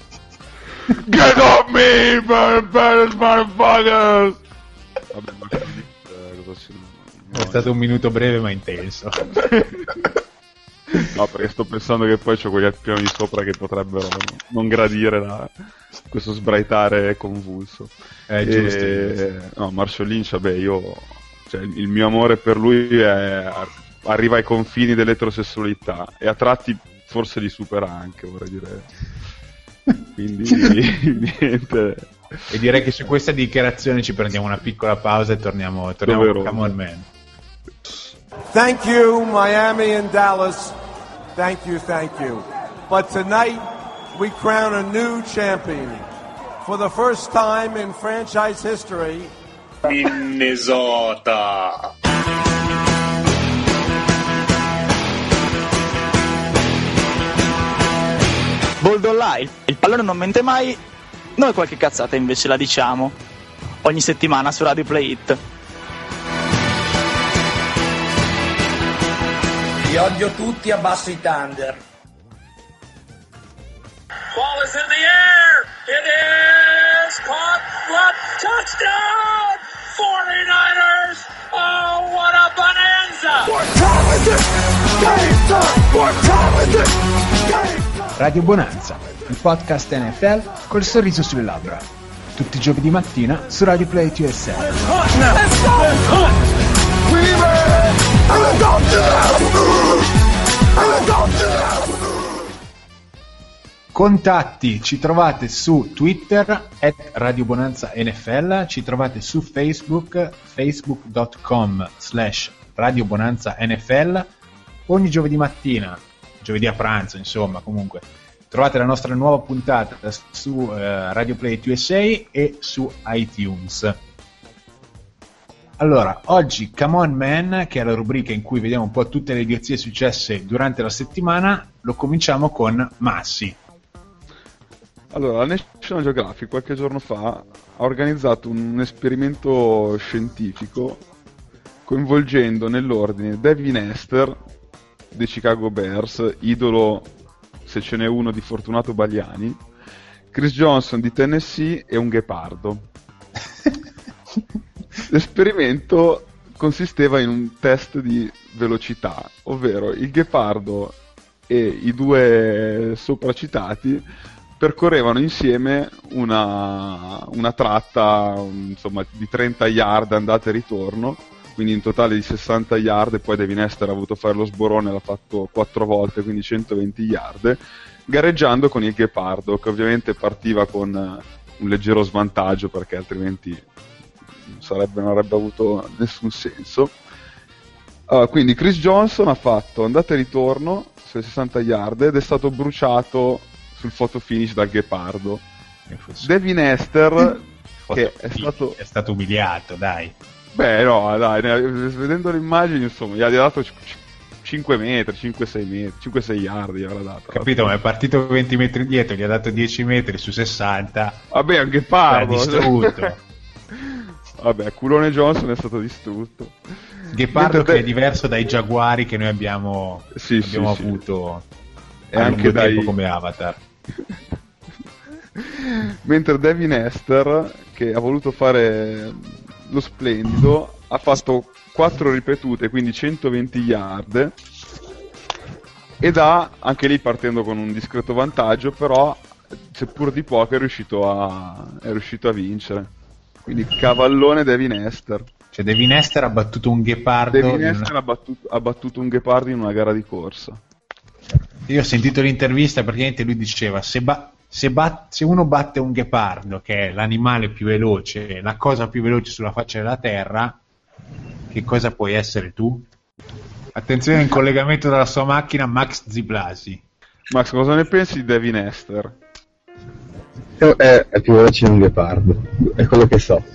Get off me, motherfuckers! Vabbè, ma quindi, eh, cosa si... È stato un minuto breve ma intenso. No, perché sto pensando che poi c'ho quegli alpioni di sopra che potrebbero non gradire la... questo sbraitare convulso. È e... giusto, giusto. No, Marshall Lynch, vabbè, io... Cioè, il mio amore per lui è... arriva ai confini dell'eterosessualità e a tratti forse li supera anche, vorrei dire. Quindi, niente. E direi che su questa dichiarazione ci prendiamo una piccola pausa e torniamo, torniamo con Come On Man. Thank you, Miami and Dallas. Thank you, thank you. But tonight, we crown a new champion. For the first time in franchise history, Minnesota. Bold Live, il pallone non mente mai, noi qualche cazzata invece la diciamo. Ogni settimana su Radio Play It. Vi odio tutti, abbasso i Thunder. Ball is in the air. It is caught. What touchdown! forty-niners. Oh, what a bonanza! more talented, game time, more talented, game time. Radio Bonanza, il podcast N F L col sorriso sulle labbra. Tutti i giovedì mattina su Radio Play It U S A. Let's go! Let's go! We made it! And let's go to the And let's go to the Contatti, ci trovate su Twitter at Radio Bonanza N F L, ci trovate su Facebook, facebook.com slash Radio Bonanza N F L. Ogni giovedì mattina, giovedì a pranzo, insomma, comunque, trovate la nostra nuova puntata su eh, Radio Play U S A e su iTunes. Allora, oggi Come On Man, che è la rubrica in cui vediamo un po' tutte le idiozie successe durante la settimana, lo cominciamo con Massi. Allora, la National Geographic qualche giorno fa ha organizzato un esperimento scientifico coinvolgendo nell'ordine Devin Hester dei Chicago Bears, idolo se ce n'è uno di Fortunato Bagliani, Chris Johnson di Tennessee e un ghepardo. L'esperimento consisteva in un test di velocità, ovvero il ghepardo e i due sopracitati percorrevano insieme una, una tratta insomma di trenta yard andata e ritorno, quindi in totale di sessanta yard, e poi Devin Hester ha voluto fare lo sborone, l'ha fatto quattro volte, quindi centoventi yard, gareggiando con il ghepardo, che ovviamente partiva con un leggero svantaggio perché altrimenti sarebbe, non avrebbe avuto nessun senso. Uh, quindi Chris Johnson ha fatto andata e ritorno sulle sessanta yard ed è stato bruciato sul photo finish dal ghepardo. Devin Hester che è stato... è stato umiliato, dai. Beh no, dai, vedendo le immagini insomma gli ha dato cinque metri, cinque sei metri, cinque sei yard gli avrà dato. Capito, ma è partito venti metri indietro, gli ha dato dieci metri su sessanta. Vabbè, un ghepardo l'ha distrutto. Vabbè, culone Johnson è stato distrutto. Ghepardo Mentre che de- è diverso dai giaguari che noi abbiamo, sì, abbiamo sì, avuto e a anche lungo dai... tempo come Avatar. Mentre Devin Hester, che ha voluto fare lo splendido, ha fatto quattro ripetute, quindi centoventi yard, ed ha, anche lì partendo con un discreto vantaggio, però seppur di poco è riuscito a, è riuscito a vincere. Quindi cavallone Devin Hester. Cioè Devin Hester ha battuto un ghepardo. Devin Hester una... ha, battuto, ha battuto un ghepardo in una gara di corsa. Io ho sentito l'intervista, praticamente lui diceva se, ba- se, bat- se uno batte un ghepardo, che è l'animale più veloce, la cosa più veloce sulla faccia della terra, che cosa puoi essere tu? Attenzione, in collegamento dalla sua macchina Max Ziblasi. Max, cosa ne pensi di Devin Hester? È, è più veloce di un ghepardo, è quello che so.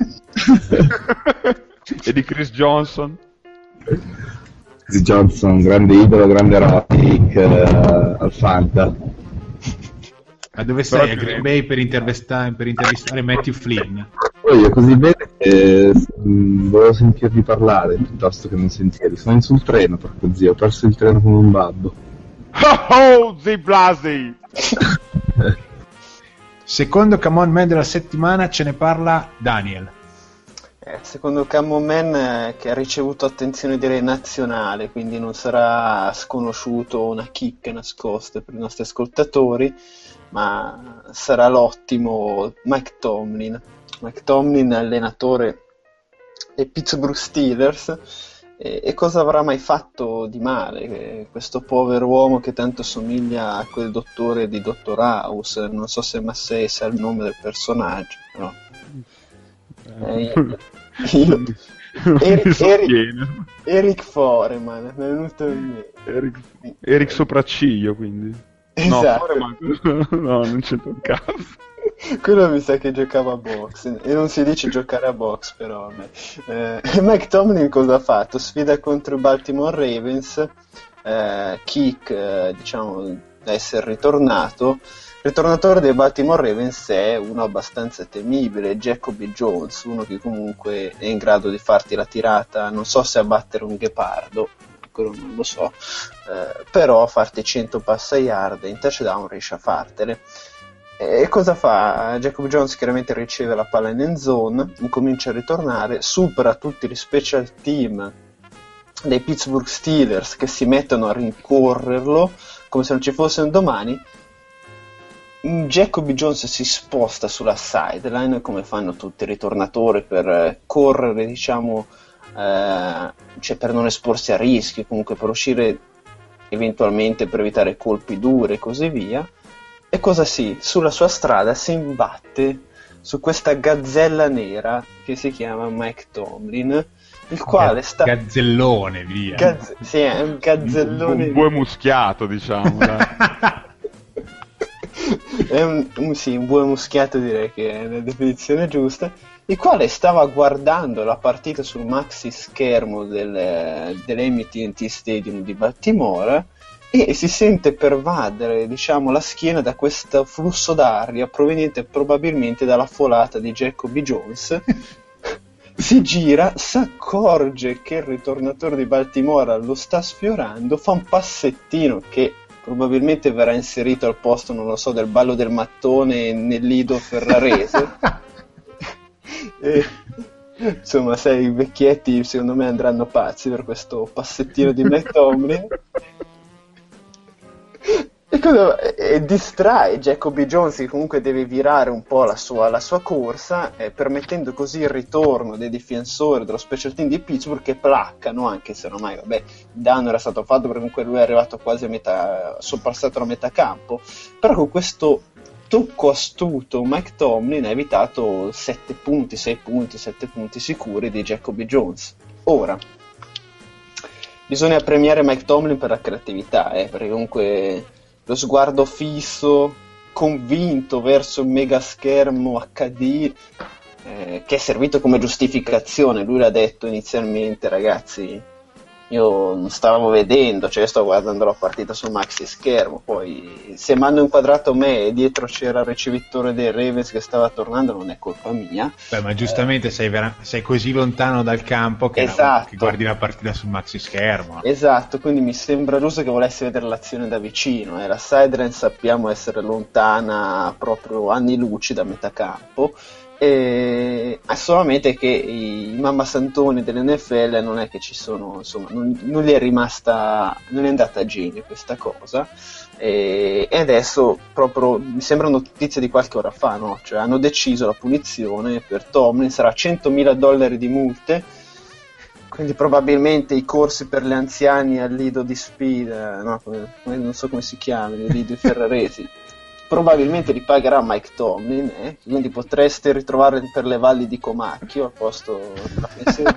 E di Chris Johnson? Chris Johnson, grande idolo, grande erotic, uh, al Fanta. Ma dove stai? A Green Bay per intervistare, per intervistare Matthew Flynn? Io così bene che mh, volevo sentirvi parlare piuttosto che non sentirvi. Sono in sul treno, porco zio, ho perso il treno come un babbo. Oh, oh Ziblasi! Secondo Come On Man della settimana ce ne parla Daniel. Eh, secondo Camo Man, eh, che ha ricevuto attenzione direi nazionale, quindi non sarà sconosciuto, una chicca nascosta per i nostri ascoltatori, ma sarà l'ottimo Mike Tomlin. Mike Tomlin, allenatore dei Pittsburgh Steelers, e, e cosa avrà mai fatto di male eh, questo povero uomo che tanto somiglia a quel dottore di Dottor House? Non so se Massey sa il nome del personaggio, però eh, io, io Eric, Eric, Eric Foreman è venuto in me. Eric, Eric Sopracciglio, quindi. Esatto. No, Foreman, no, non c'entra un cazzo. Quello mi sa che giocava a box, e non si dice giocare a box, però eh, Mike Tomlin cosa ha fatto? Sfida contro i Baltimore Ravens, eh, kick, eh, diciamo, da essere ritornato. Ritornatore dei Baltimore Ravens è uno abbastanza temibile, Jacoby Jones, uno che comunque è in grado di farti la tirata, non so se a battere un ghepardo, quello non lo so, eh, però a farti cento passa yard in touchdown riesce a fartele. E cosa fa? Jacob Jones chiaramente riceve la palla in end zone, incomincia a ritornare, supera tutti gli special team dei Pittsburgh Steelers che si mettono a rincorrerlo come se non ci fosse un domani. Jacoby Jones si sposta sulla sideline come fanno tutti i ritornatori per correre, diciamo, eh, cioè per non esporsi a rischi, comunque per uscire eventualmente per evitare colpi duri e così via. E cosa sì? Sulla sua strada si imbatte su questa gazzella nera che si chiama Mike Tomlin, il quale sta... Gazzellone, via. Gazze... Sì, è un gazzellone... Un bue muschiato, diciamo. È un, un, sì, un bue muschiato, direi che è la definizione giusta, il quale stava guardando la partita sul maxi schermo del, dell'A T and T Stadium di Baltimore e si sente pervadere, diciamo, la schiena da questo flusso d'aria proveniente probabilmente dalla folata di Jacoby Jones. Si gira, si accorge che il ritornatore di Baltimore lo sta sfiorando, fa un passettino che probabilmente verrà inserito al posto, non lo so, del ballo del mattone nel lido ferrarese. E, insomma, sai, i vecchietti secondo me andranno pazzi per questo passettino di Mike Tomlin. E, cosa, e distrae Jacoby Jones, che comunque deve virare un po' la sua, la sua corsa, eh, permettendo così il ritorno dei difensori dello special team di Pittsburgh, che placcano, anche se ormai vabbè, il danno era stato fatto perché comunque lui è arrivato quasi a metà, sorpassato la metà campo, però con questo tocco astuto Mike Tomlin ha evitato sette punti, sei punti, sette punti sicuri di Jacoby Jones. Ora bisogna premiare Mike Tomlin per la creatività, eh, perché comunque lo sguardo fisso, convinto verso il mega schermo acca di, eh, che è servito come giustificazione. Lui l'ha detto inizialmente: ragazzi, io non stavo vedendo, cioè sto guardando la partita sul maxi schermo, poi se mi hanno inquadrato me e dietro c'era il ricevitore dei Ravens che stava tornando, non è colpa mia. Beh, ma giustamente eh, sei, vera- sei così lontano dal campo che, esatto. che guardi la partita sul maxi schermo. Esatto, quindi mi sembra giusto che volessi vedere l'azione da vicino, eh. La sideline sappiamo essere lontana proprio anni luci da metà campo, e solamente che i mamma santoni dell'N F L non è che ci sono, insomma, non, non gli è rimasta, non è andata a genio questa cosa, e, e adesso proprio mi sembra notizia di qualche ora fa, no? Cioè hanno deciso la punizione per Tomlin sarà centomila dollari di multe, quindi probabilmente i corsi per gli anziani al lido di Spida, no? Come, non so come si chiama, i lidi ferraresi, probabilmente li pagherà Mike Tomlin, eh? Quindi potreste ritrovarli per le valli di Comacchio al posto della pensione.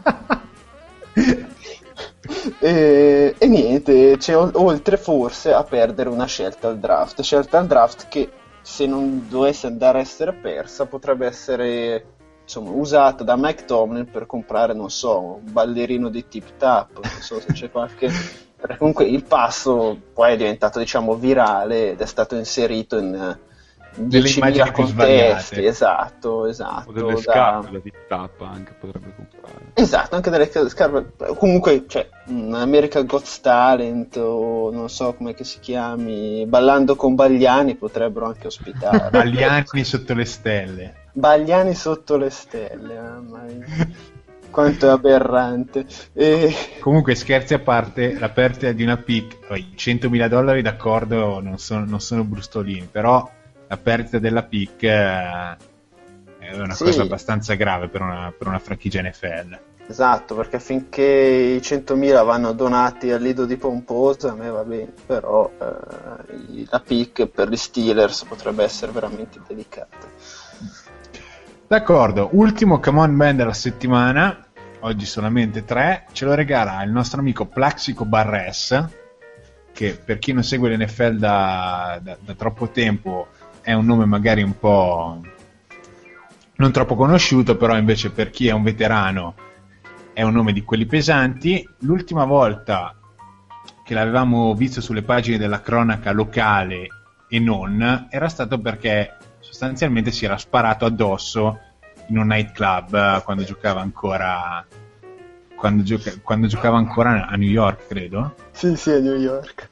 e, e niente, c'è oltre forse a perdere una scelta al draft, scelta al draft che se non dovesse andare a essere persa potrebbe essere, insomma, usata da Mike Tomlin per comprare, non so, un ballerino di Tip Tap, non so se c'è qualche... Perché comunque il passo poi è diventato, diciamo, virale ed è stato inserito in diecimila contesti. Esatto, esatto. O delle da... scarpe da Tip Tap anche potrebbe comprare. Esatto, anche delle scarpe. Comunque, cioè, America Got Talent o non so come che si chiami, Ballando con Bagliani potrebbero anche ospitare. Bagliani sotto le stelle. Bagliani sotto le stelle, mamma mia. Quanto è aberrante. E... Comunque, scherzi a parte, la perdita di una pick, i centomila dollari d'accordo non sono, non sono brustolini, però la perdita della pick eh, è una sì. cosa abbastanza grave per una, per una franchigia N F L. Esatto, perché finché i centomila vanno donati al Lido di Pomposa, a me va bene, però eh, la pick per gli Steelers potrebbe essere veramente delicata. D'accordo, ultimo Come On Man della settimana, oggi solamente tre, ce lo regala il nostro amico Plaxico Barres, che per chi non segue l'N F L da, da, da troppo tempo è un nome magari un po' non troppo conosciuto, però invece per chi è un veterano è un nome di quelli pesanti. L'ultima volta che l'avevamo visto sulle pagine della cronaca locale e non, era stato perché sostanzialmente si era sparato addosso in un nightclub quando giocava ancora quando, gioca, quando giocava ancora a New York, credo. Sì, sì, a New York.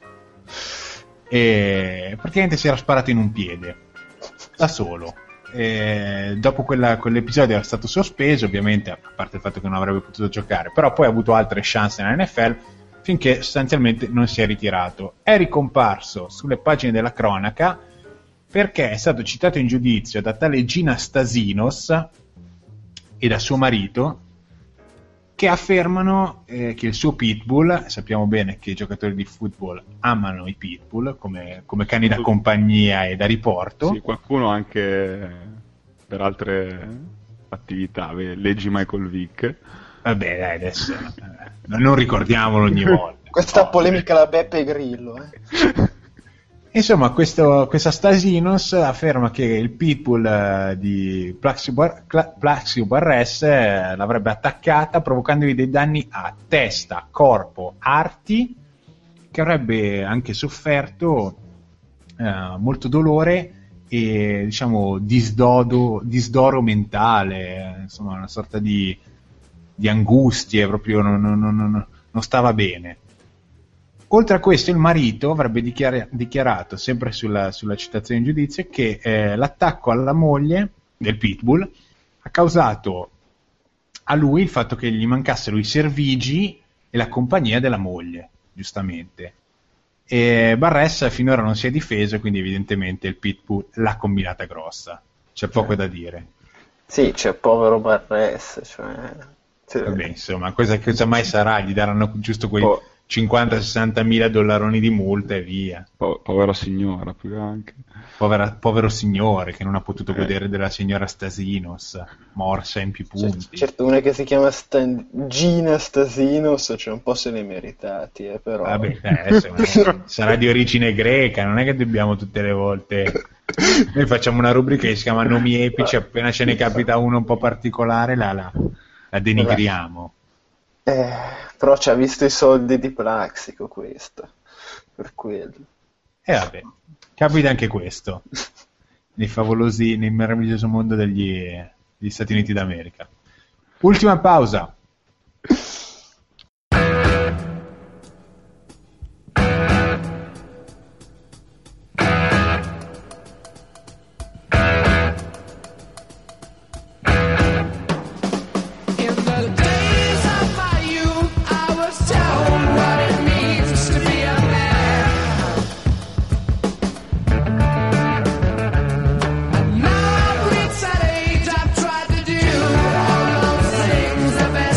E praticamente si era sparato in un piede da solo. E dopo quella, quell'episodio era stato sospeso, ovviamente, a parte il fatto che non avrebbe potuto giocare, però poi ha avuto altre chance nella N F L finché sostanzialmente non si è ritirato. È ricomparso sulle pagine della cronaca perché è stato citato in giudizio da tale Gina Stasinos e da suo marito, che affermano eh, che il suo pitbull, sappiamo bene che i giocatori di football amano i pitbull come, come cani da compagnia e da riporto. Sì, qualcuno anche per altre attività, leggi Michael Vick. Vabbè, dai, adesso eh, non ricordiamolo ogni volta. Questa no, polemica la Beppe Grillo, eh. Insomma, questo, questa Stasinos afferma che il pitbull eh, di Plaxico Bar- Plaxico Barres eh, l'avrebbe attaccata provocandogli dei danni a testa, corpo, arti, che avrebbe anche sofferto eh, molto dolore e, diciamo, disdodo, disdoro mentale, insomma una sorta di, di angustie, proprio non, non, non, non stava bene. Oltre a questo, il marito avrebbe dichiara- dichiarato, sempre sulla, sulla citazione in giudizio, che eh, l'attacco alla moglie del pitbull ha causato a lui il fatto che gli mancassero i servigi e la compagnia della moglie, giustamente. E Barres finora non si è difeso, quindi evidentemente il pitbull l'ha combinata grossa. C'è poco eh. da dire. Sì, c'è povero Barres, cioè... Sì. Vabbè, insomma, cosa, cosa mai sarà? Gli daranno giusto quei... Oh. cinquanta sessanta mila dollaroni di multa e via. Po- povera signora, più anche. Povera, povero signore che non ha potuto eh. godere della signora Stasinos, morsa in più punti. C- certo, una che si chiama Stan- Gina Stasinos, cioè un po' se ne meritati, eh, però. Vabbè, eh, sarà di origine greca, non è che dobbiamo tutte le volte. Noi facciamo una rubrica che si chiama Nomi epici, appena ce ne capita uno un po' particolare la, la, la denigriamo. Eh, però ci ha visto i soldi di Plaxico questo, per quello. E eh vabbè, capita anche questo nei favolosi, nel meraviglioso mondo degli, degli Stati Uniti d'America. Ultima pausa. The best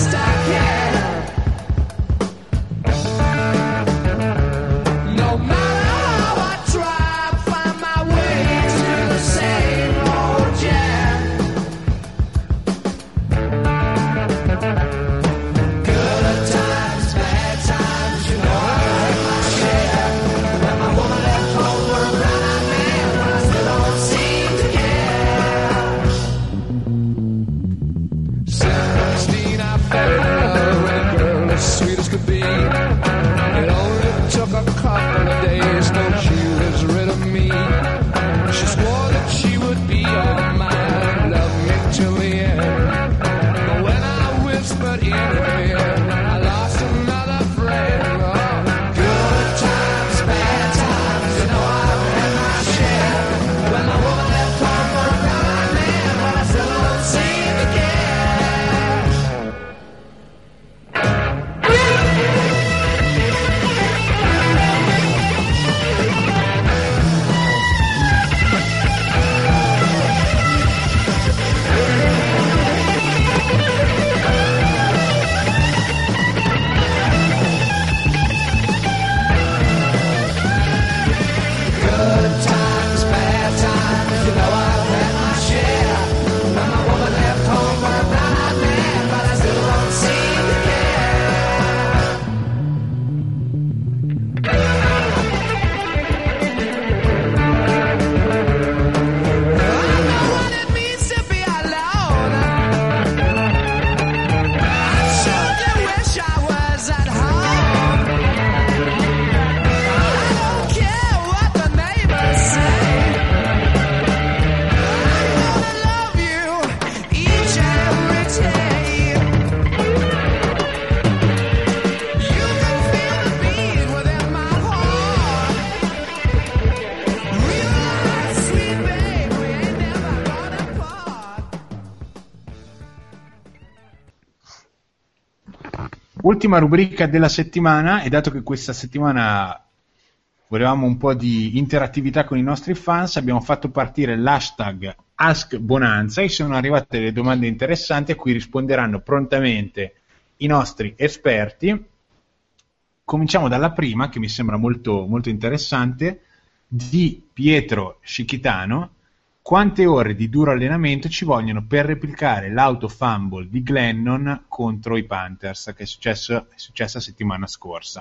ultima rubrica della settimana, e dato che questa settimana volevamo un po' di interattività con i nostri fans, abbiamo fatto partire l'hashtag AskBonanza e sono arrivate delle domande interessanti a cui risponderanno prontamente i nostri esperti. Cominciamo dalla prima, che mi sembra molto, molto interessante, di Pietro Scicchitano. Quante ore di duro allenamento ci vogliono per replicare l'auto fumble di Glennon contro i Panthers, che è successo, è successa settimana scorsa?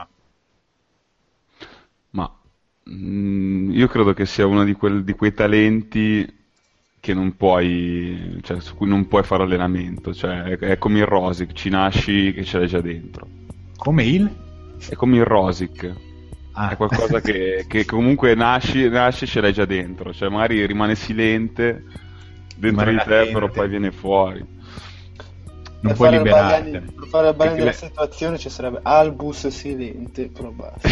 Ma mh, io credo che sia uno di, quel, di quei talenti che non puoi, cioè, su cui non puoi fare allenamento, cioè è, è come il Rosic, ci nasci che ce l'hai già dentro. Come il? È come il Rosic. Ah. È qualcosa che, che comunque nasci, nasci e ce l'hai già dentro, cioè magari rimane silente dentro Rimane di te, latente. però poi viene fuori. Non puoi liberarti. Per fare il baleno Perché della le- situazione ci sarebbe Albus silente, però basta.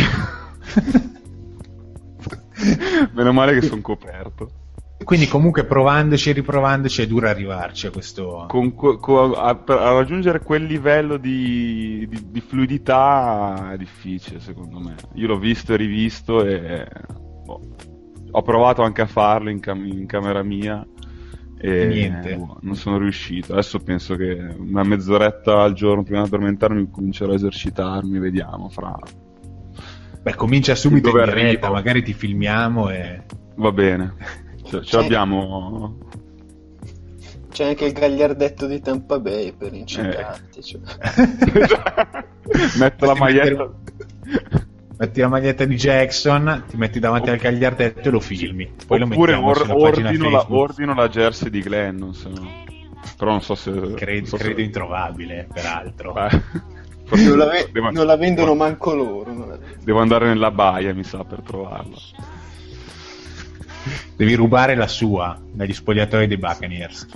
Meno male che sono coperto. Quindi comunque provandoci e riprovandoci è duro arrivarci a questo... Con, co- co- a, per- a raggiungere quel livello di, di, di fluidità è difficile, secondo me. Io l'ho visto e rivisto e boh, ho provato anche a farlo in, cam- in camera mia e, E niente. boh, non sono riuscito. Adesso penso che una mezz'oretta al giorno prima di addormentarmi comincerò a esercitarmi, vediamo fra... Beh, comincia subito in Dove diretta, arrivo? magari ti filmiamo e... Va bene. Ce, ce Sì. l'abbiamo. C'è anche il gagliardetto di Tampa Bay per incitarti. Cioè. Metto la Ti maglietta. Metti la maglietta di Jackson, ti metti davanti al gagliardetto e lo filmi. Poi lo Oppure mettiamo or- sulla pagina ordino, la, Facebook. ordino la jersey di Glennon, se no. Però non so se. Credo, non so credo se... introvabile, peraltro. Beh, forse Non la, ve- devo, non la vendono manco loro. Non la... devo andare nella baia, mi sa, per trovarla. Devi rubare la sua dagli spogliatoi dei Buccaneers.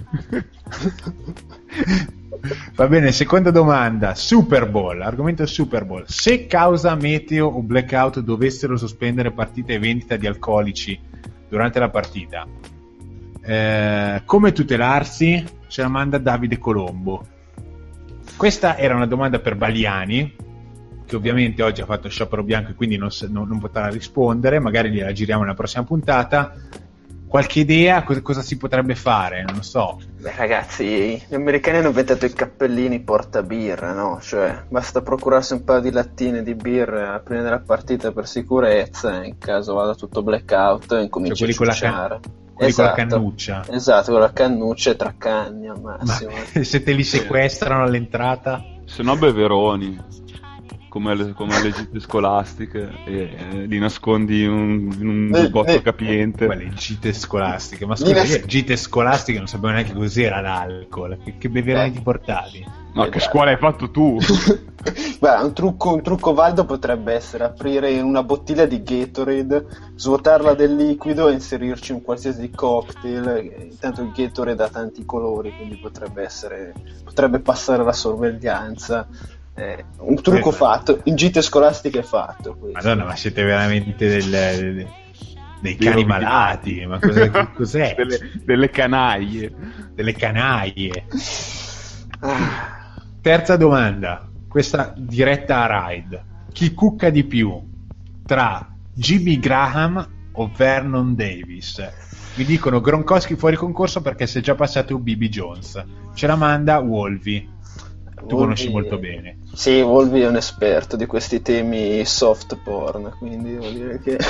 Va bene, seconda domanda. Super Bowl, argomento Super Bowl. Se causa meteo o blackout dovessero sospendere partite e vendita di alcolici durante la partita, eh, come tutelarsi? Ce la manda Davide Colombo. Questa era una domanda per Baliani, che ovviamente oggi ha fatto sciopero bianco e quindi non, non, non potrà rispondere, magari gliela giriamo nella prossima puntata. Qualche idea? Cosa, cosa si potrebbe fare? Non lo so. Beh, ragazzi, gli americani hanno inventato i cappellini porta birra, no? Cioè, basta procurarsi un paio di lattine di birra prima della partita per sicurezza, in caso vada tutto blackout e incominci Cioè, quelli a con la ciucciare. Quelli con la Esatto. cannuccia. Esatto, con la cannuccia e tra canni al Ma massimo. se te li sequestrano all'entrata? Se no, beveroni. Come le, come le gite scolastiche, e eh, li nascondi in un, in un Eh, giubbotto eh, capiente. Quelle gite scolastiche. Ma Li scusa, nas- io gite scolastiche non sapevo neanche cos'era l'alcol. Che, che beveroni Eh. ti portavi? No, che scuola hai fatto tu? Guarda, un trucco, un trucco valido potrebbe essere aprire in una bottiglia di Gatorade, svuotarla del liquido e inserirci un qualsiasi cocktail. Intanto il Gatorade ha tanti colori, quindi potrebbe essere, potrebbe passare la sorveglianza. Eh, un trucco Eh. fatto, in gite scolastiche è fatto. questo. Madonna, ma siete veramente del, del- dei Dei cani rovinati. malati. Ma cos'è? che cos'è? delle, delle canaglie. Delle canaglie. Ah, Terza domanda, questa diretta a Ride. Chi cucca di più tra Jimmy Graham o Vernon Davis? Mi dicono Gronkowski fuori concorso perché si è già passato B B Jones. Ce la manda Wolvi. Tu Wolvi- conosci molto bene. Sì, Wolvi è un esperto di questi temi soft porn, quindi devo dire che...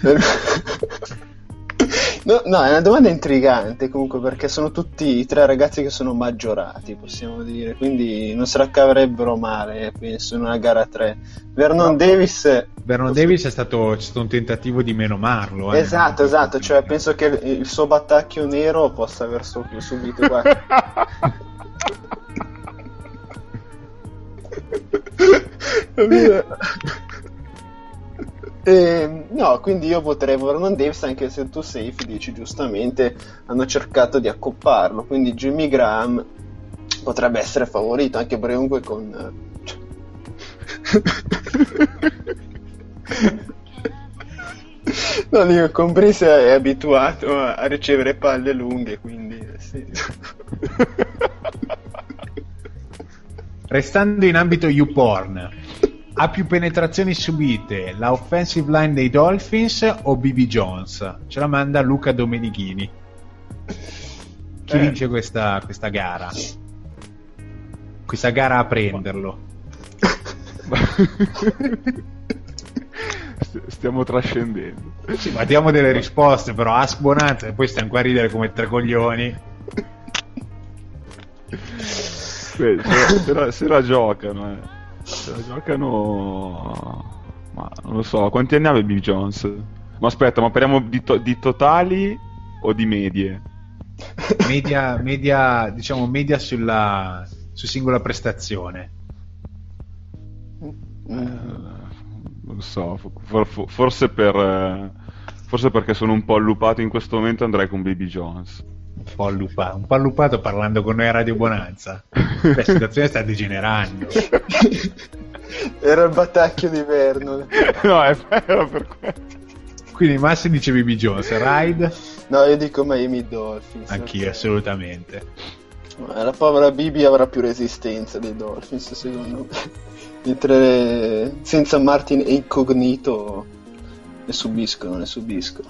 No, no, è una domanda intrigante comunque, perché sono tutti i tre ragazzi che sono maggiorati, possiamo dire, quindi non se la caverebbero male, penso, in una gara tre. Vernon Davis... Vernon Davis è stato, c'è stato un tentativo di menomarlo. eh. Esatto, esatto, cioè penso che il, il suo battacchio nero possa aver su- subito qua. Eh, no, quindi io voterei Vernon Davis, anche se tu Safe dici giustamente hanno cercato di accopparlo, quindi Jimmy Graham potrebbe essere favorito, anche perché comunque con no, dico, con Breeze è abituato a, a ricevere palle lunghe, quindi sì. Restando in ambito YouPorn, ha più penetrazioni subite la offensive line dei Dolphins o B B Jones? Ce la manda Luca Domenichini. Chi Eh. vince questa, questa gara? Questa gara a prenderlo. Stiamo trascendendo. Sì, ma diamo delle risposte, però Ask Bonanza e poi stiamo qua a ridere come tre coglioni. Beh, se, se, la, se la giocano, eh. Se la giocano. Ma non lo so, quanti anni ha B B Jones? Ma aspetta, ma parliamo di, to- di totali o di medie? Media, media, diciamo media sulla su singola prestazione. Non lo so, for- for- forse per eh, forse perché sono un po' allupato in questo momento andrei con Baby Jones. Un po' allupato, un po' allupato parlando con noi a Radio Bonanza. La situazione sta degenerando. Era il battacchio di Vernon. No, è vero per questo. Quindi Massi dice Baby Jones, Ride? No, io dico Miami Dolphins. Anch'io, assolutamente. La povera Bibi avrà più resistenza dei Dolphins, secondo me. Mentre senza Martin e Incognito ne subiscono, ne subiscono.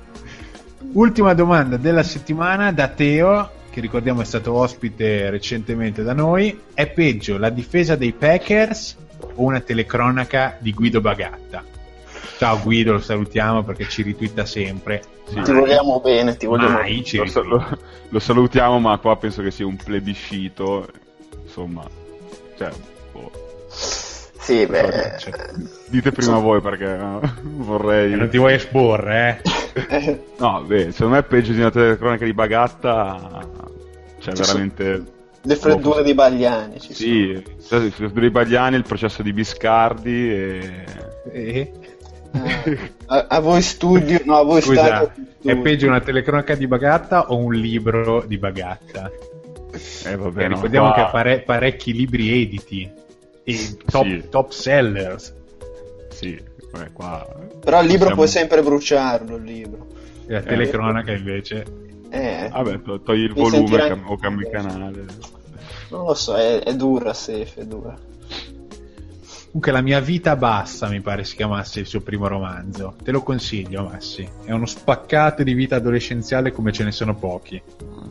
Ultima domanda della settimana da Teo, che ricordiamo è stato ospite recentemente da noi. È peggio la difesa dei Packers o una telecronaca di Guido Bagatta? Ciao Guido, lo salutiamo perché ci ritwitta sempre. Sì. Ti vogliamo bene, ti vogliamo Mai bene. ci Lo, sa- lo- lo salutiamo, ma qua penso che sia un plebiscito. Insomma, cioè, boh. Sì, beh... Cioè, Dite prima voi perché eh, vorrei. non ti vuoi esporre, eh? No, beh, secondo me è peggio di una telecronaca di Bagatta. Cioè, Ci veramente. Le freddure di Bagliani ci Sì, il processo di Bagliani, il processo di Biscardi e. Eh? sono. A, a voi studio, no, a voi Scusa, stadio. è peggio una telecronaca di Bagatta o un libro di Bagatta? Eh, vabbè, Eh, no, ricordiamo qua- che ha pare- parecchi libri editi e top, Sì. top sellers. Sì, beh, qua. Però il libro Siamo- puoi sempre bruciarlo, il libro. E la telecronaca invece. Eh, Vabbè, to- togli il Mi volume sentirai- cam- o cambi canale. non lo so, è, è dura, safe, è dura. Comunque La mia vita bassa mi pare si chiamasse il suo primo romanzo. Te lo consiglio, Massi. È uno spaccato di vita adolescenziale come ce ne sono pochi.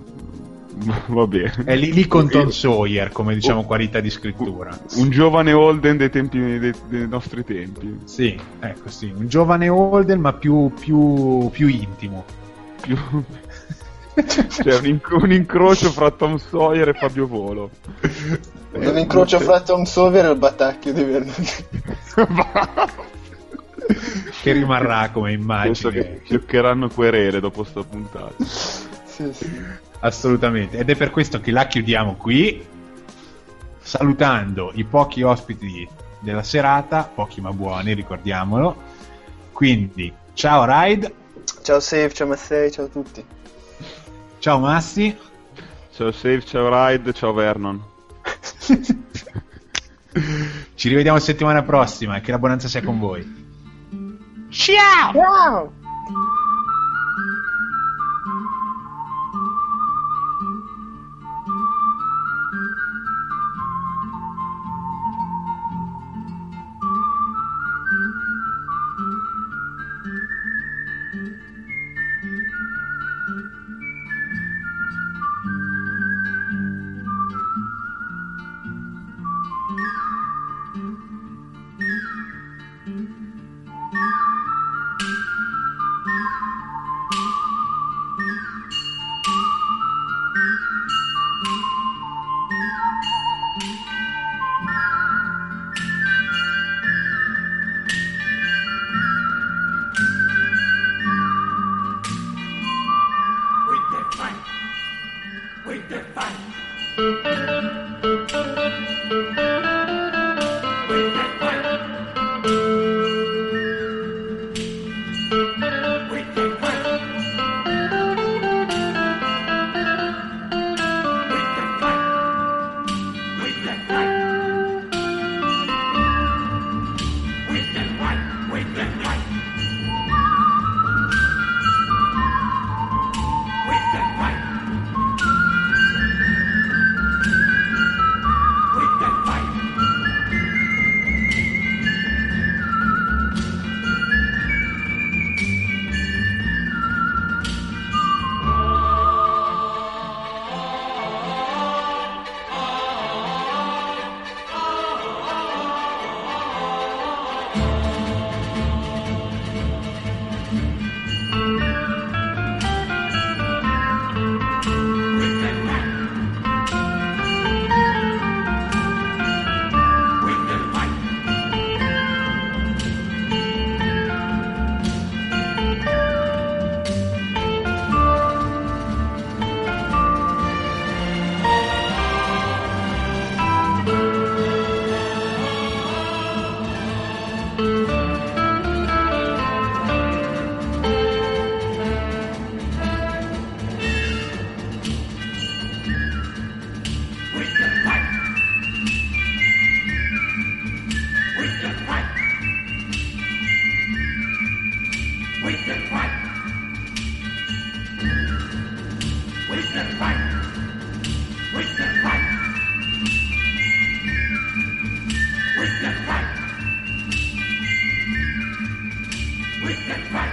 Va bene. È lì, lì con Tom Sawyer come diciamo qualità di scrittura. Un giovane Holden dei tempi dei, dei nostri tempi. Sì, ecco sì, un giovane Holden ma più, più, più intimo. Più... cioè un, inc- un incrocio fra Tom Sawyer e Fabio Volo. Dove incrocio fra Tom Sawyer e il battacchio di Vernon. Che rimarrà come Penso immagine. che fioccheranno querele dopo sta puntata. Sì, sì. Assolutamente. Ed è per questo che la chiudiamo qui, salutando i pochi ospiti della serata, pochi ma buoni, ricordiamolo. Quindi, ciao Ride, Ciao Safe, ciao Mattei, ciao a tutti. ciao Massi. Ciao Save, ciao Ride, ciao Vernon. Ci rivediamo settimana prossima e che la buonanza sia con voi. Ciao! Ciao! We can fight. We can fight. We can fight. We can fight. We can fight. We can fight.